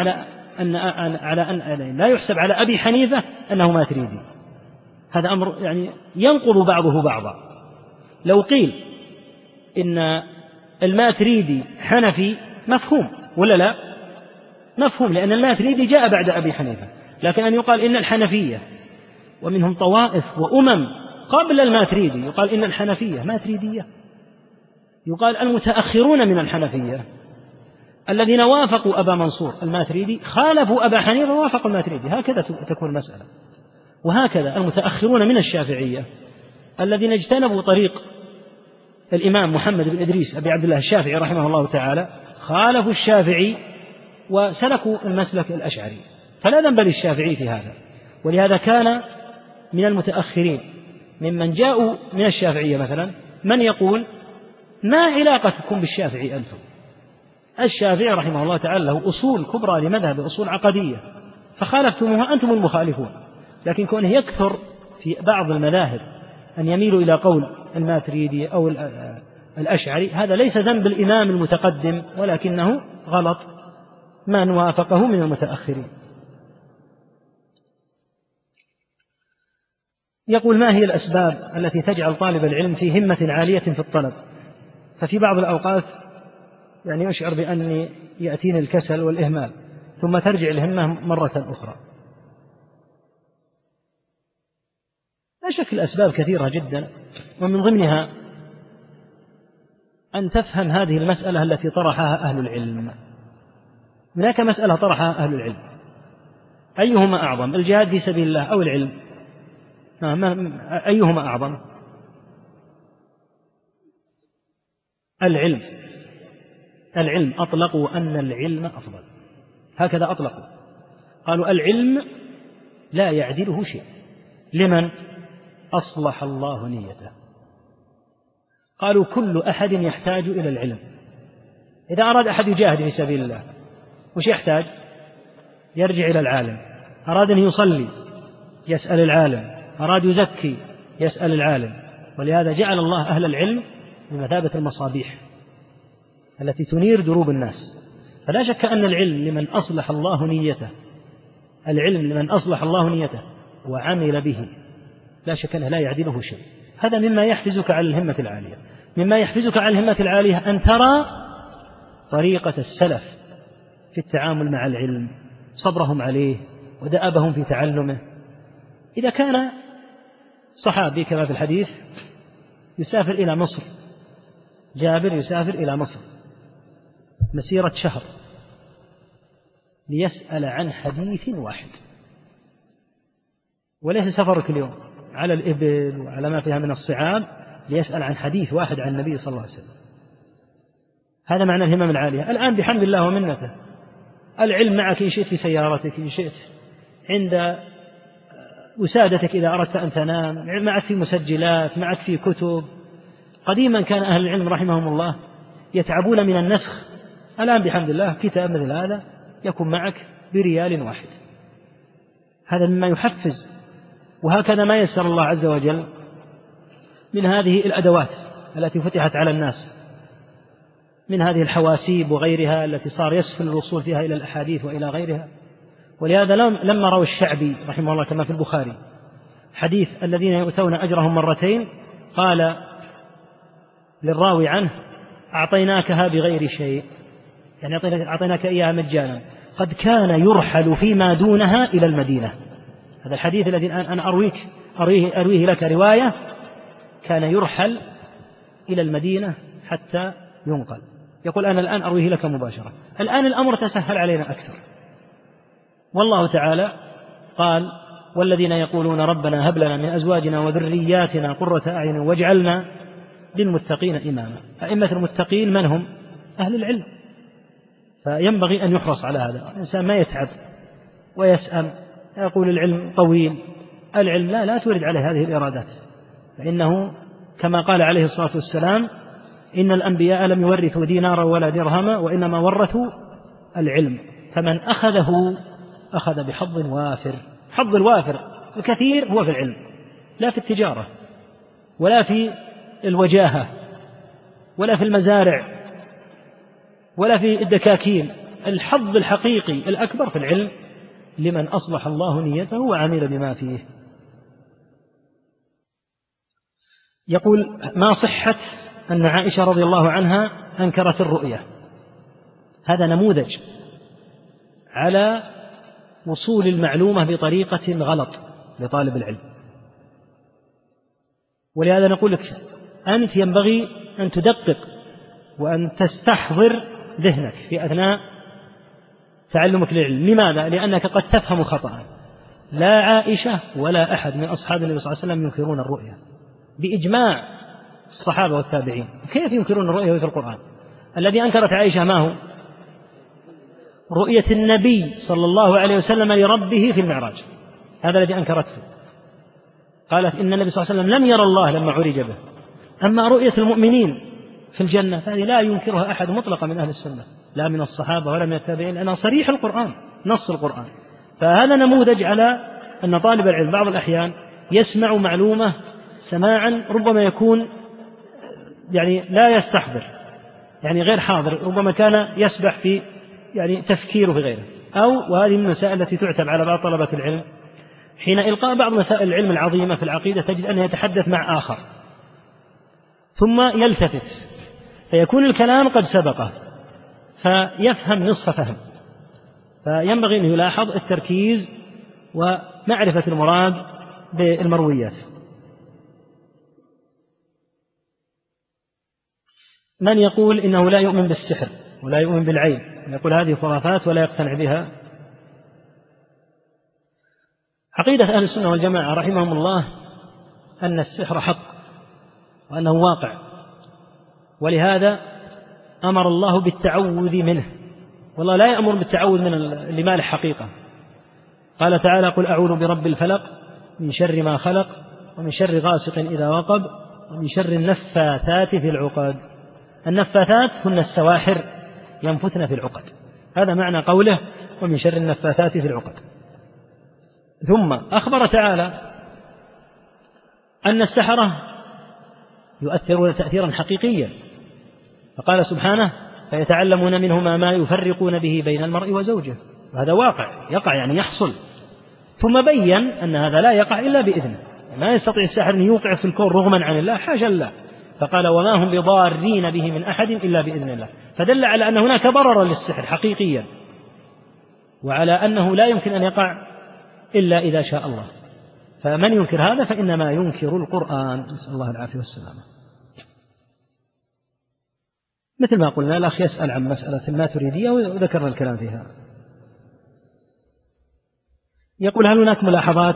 لا يحسب على أبي حنيفة أنه ماتريدي. هذا أمر يعني ينقض بعضه بعضا. لو قيل إن الماتريدي حنفي مفهوم ولا لا؟ مفهوم، لأن الماتريدي جاء بعد أبي حنيفة. لكن أن يقال إن الحنفية ومنهم طوائف وأمم قبل الماتريدي، يقال إن الحنفية ماتريدية، يقال المتأخرون من الحنفية الذين وافقوا أبا منصور الماتريدي خالفوا أبا حنيفة ووافقوا الماتريدي، هكذا تكون المسألة. وهكذا المتأخرون من الشافعية الذين اجتنبوا طريق الإمام محمد بن إدريس أبي عبد الله الشافعي رحمه الله تعالى خالفوا الشافعي وسلكوا المسلك الأشعري، فلا ذنب للشافعي في هذا. ولهذا كان من المتأخرين ممن جاءوا من الشافعية مثلا من يقول: ما علاقتكم بالشافعي أنتم؟ الشافعي رحمه الله تعالى له أصول كبرى لمذهب، أصول عقدية، فخالفتموها أنتم المخالفون. لكن كونه يكثر في بعض المذاهب أن يميلوا إلى قول الماتريدي أو الأشعري، هذا ليس ذنب الإمام المتقدم، ولكنه غلط من وافقه من المتأخرين. يقول: ما هي الأسباب التي تجعل طالب العلم في همة عالية في الطلب، ففي بعض الأوقات يعني يشعر بأن يأتيني الكسل والإهمال، ثم ترجع الهمة مرة أخرى؟ لا شك الأسباب كثيرة جدا، ومن ضمنها أن تفهم هذه المسألة التي طرحها أهل العلم. هناك مسألة طرحها أهل العلم، أيهما أعظم، الجهاد في سبيل الله أو العلم؟ أيهما أعظم؟ العلم أطلقوا أن العلم أفضل، هكذا أطلقوا، قالوا العلم لا يعدله شيء لمن أصلح الله نيته. قالوا كل أحد يحتاج إلى العلم. إذا أراد أحد يجاهد في سبيل الله وش يحتاج؟ يرجع إلى العالم. أراد أن يصلي يسأل العالم، أراد يزكي يسأل العالم. ولهذا جعل الله أهل العلم بمثابة المصابيح التي تنير دروب الناس. فلا شك أن العلم لمن أصلح الله نيته، العلم لمن أصلح الله نيته وعمل به، لا شك أنه لا يعدله شيء. هذا مما يحفزك على الهمة العالية. مما يحفزك على الهمة العالية أن ترى طريقة السلف في التعامل مع العلم، صبرهم عليه ودأبهم في تعلمه. إذا كان صحابي كما في الحديث يسافر إلى مصر، جابر يسافر إلى مصر مسيرة شهر ليسأل عن حديث واحد، وليس سفرك اليوم على الإبل وعلى ما فيها من الصعاب، ليسأل عن حديث واحد عن النبي صلى الله عليه وسلم. هذا معنى الهمم العالية. الآن بحمد الله ومنته العلم معك إن شئت في سيارتك، إن شئت عند وسادتك إذا أردت أن تنام، معك في مسجلات، معك في كتب. قديما كان أهل العلم رحمهم الله يتعبون من النسخ، الآن بحمد الله كتاب مثل هذا يكون معك بريال واحد. هذا مما يحفز. وهكذا ما يسر الله عز وجل من هذه الأدوات التي فتحت على الناس، من هذه الحواسيب وغيرها التي صار يسهل الوصول فيها إلى الأحاديث وإلى غيرها. ولهذا لما روى الشعبي رحمه الله كما في البخاري حديث الذين يؤتون أجرهم مرتين، قال للراوي عنه: أعطيناكها بغير شيء، يعني أعطيناك إياها مجانا، قد كان يرحل فيما دونها إلى المدينة. هذا الحديث الذي أنا أرويه لك رواية، كان يرحل إلى المدينة حتى ينقل. يقول أنا الآن أرويه لك مباشرة. الآن الأمر تسهل علينا أكثر، والله تعالى قال: والذين يقولون ربنا هب لنا من أزواجنا وذرياتنا قرة أعين واجعلنا للمتقين إماما. أئمة المتقين من هم؟ أهل العلم. فينبغي أن يحرص على هذا، الإنسان ما يتعب ويسأم يقول العلم طويل. العلم لا تورد عليه هذه الإرادات، فإنه كما قال عليه الصلاة والسلام: إن الأنبياء لم يورثوا دينارا ولا درهما وإنما ورثوا العلم، فمن أخذه أخذ بحظ وافر. حظ الوافر الكثير هو في العلم، لا في التجارة ولا في الوجاهة ولا في المزارع ولا في الدكاكين. الحظ الحقيقي الأكبر في العلم لمن أصلح الله نيته وعمل بما فيه. يقول: ما صحة أن عائشة رضي الله عنها أنكرت الرؤية؟ هذا نموذج على وصول المعلومة بطريقة غلط لطالب العلم. ولهذا نقول لك أنت ينبغي أن تدقق وأن تستحضر ذهنك في أثناء تعلمك للعلم. لماذا؟ لأنك قد تفهم خطأ. لا عائشة ولا أحد من أصحاب النبي صلى الله عليه وسلم ينكرون الرؤية بإجماع الصحابة والتابعين. كيف ينكرون الرؤية في القرآن؟ الذي أنكرت عائشة ما هو؟ رؤية النبي صلى الله عليه وسلم لربه في المعراج، هذا الذي أنكرته. قالت إن النبي صلى الله عليه وسلم لم يرى الله لما عرج به. أما رؤية المؤمنين في الجنة فهذه لا ينكرها أحد مطلقا من أهل السنة. لا من الصحابة ولا من التابعين، لأنها صريح القرآن، نص القرآن. فهذا نموذج على أن طالب العلم بعض الأحيان يسمع معلومة سماعا ربما يكون يعني لا يستحضر، يعني غير حاضر، ربما كان يسبح في يعني تفكيره في غيره، أو وهذه من المسائل التي تعتب على بعض طلبة العلم حين إلقاء بعض مسائل العلم العظيمة في العقيدة، تجد أنه يتحدث مع آخر ثم يلتفت فيكون الكلام قد سبقه فيفهم نصف فهم. فينبغي أن يلاحظ التركيز ومعرفة المراد بالمرويات. من يقول إنه لا يؤمن بالسحر ولا يؤمن بالعين، يقول هذه خرافات ولا يقتنع بها. عقيدة أهل السنة والجماعة رحمهم الله أن السحر حق وأنه واقع، ولهذا أمر الله بالتعوذ منه، والله لا يأمر بالتعوذ من اللي ما له حقيقة. قال تعالى قل أعوذ برب الفلق من شر ما خلق ومن شر غاسق إذا وقب ومن شر النفاثات في العقد. النفاثات هن السواحر ينفثن في العقد، هذا معنى قوله ومن شر النفاثات في العقد. ثم أخبر تعالى أن السحرة يؤثرون تأثيرا حقيقيا، فقال سبحانه فيتعلمون منهما ما يفرقون به بين المرء وزوجه، وهذا واقع يقع يعني يحصل. ثم بين أن هذا لا يقع إلا بإذنه، ما يستطيع الساحر أن يوقع في الكون رغما عن الله، حاشا الله، فقال وما هم بضارين به من أحد إلا بإذن الله، فدل على أن هناك ضررا للسحر حقيقيا، وعلى أنه لا يمكن أن يقع إلا إذا شاء الله. فمن ينكر هذا فإنما ينكر القرآن، نسأل الله العافية والسلامة. مثل ما قلنا الأخ يسأل عن مسألة الماتريدية وذكرنا الكلام فيها. يقول هل هناك ملاحظات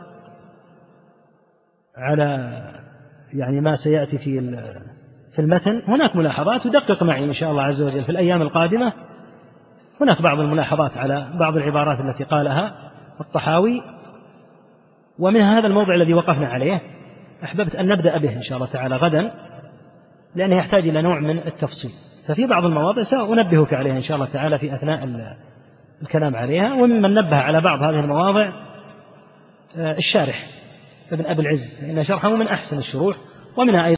على يعني ما سيأتي في المتن؟ هناك ملاحظات، ودقق معي إن شاء الله عز وجل في الأيام القادمة. هناك بعض الملاحظات على بعض العبارات التي قالها الطحاوي، ومن هذا الموضع الذي وقفنا عليه أحببت أن نبدأ به إن شاء الله تعالى غدا، لأنه يحتاج إلى نوع من التفصيل. ففي بعض المواضع سأنبهك عليها إن شاء الله تعالى في أثناء الكلام عليها. وممن نبه على بعض هذه المواضع الشارح ابن أبي العز، إن شرحه من أحسن الشروح، ومنها أيضا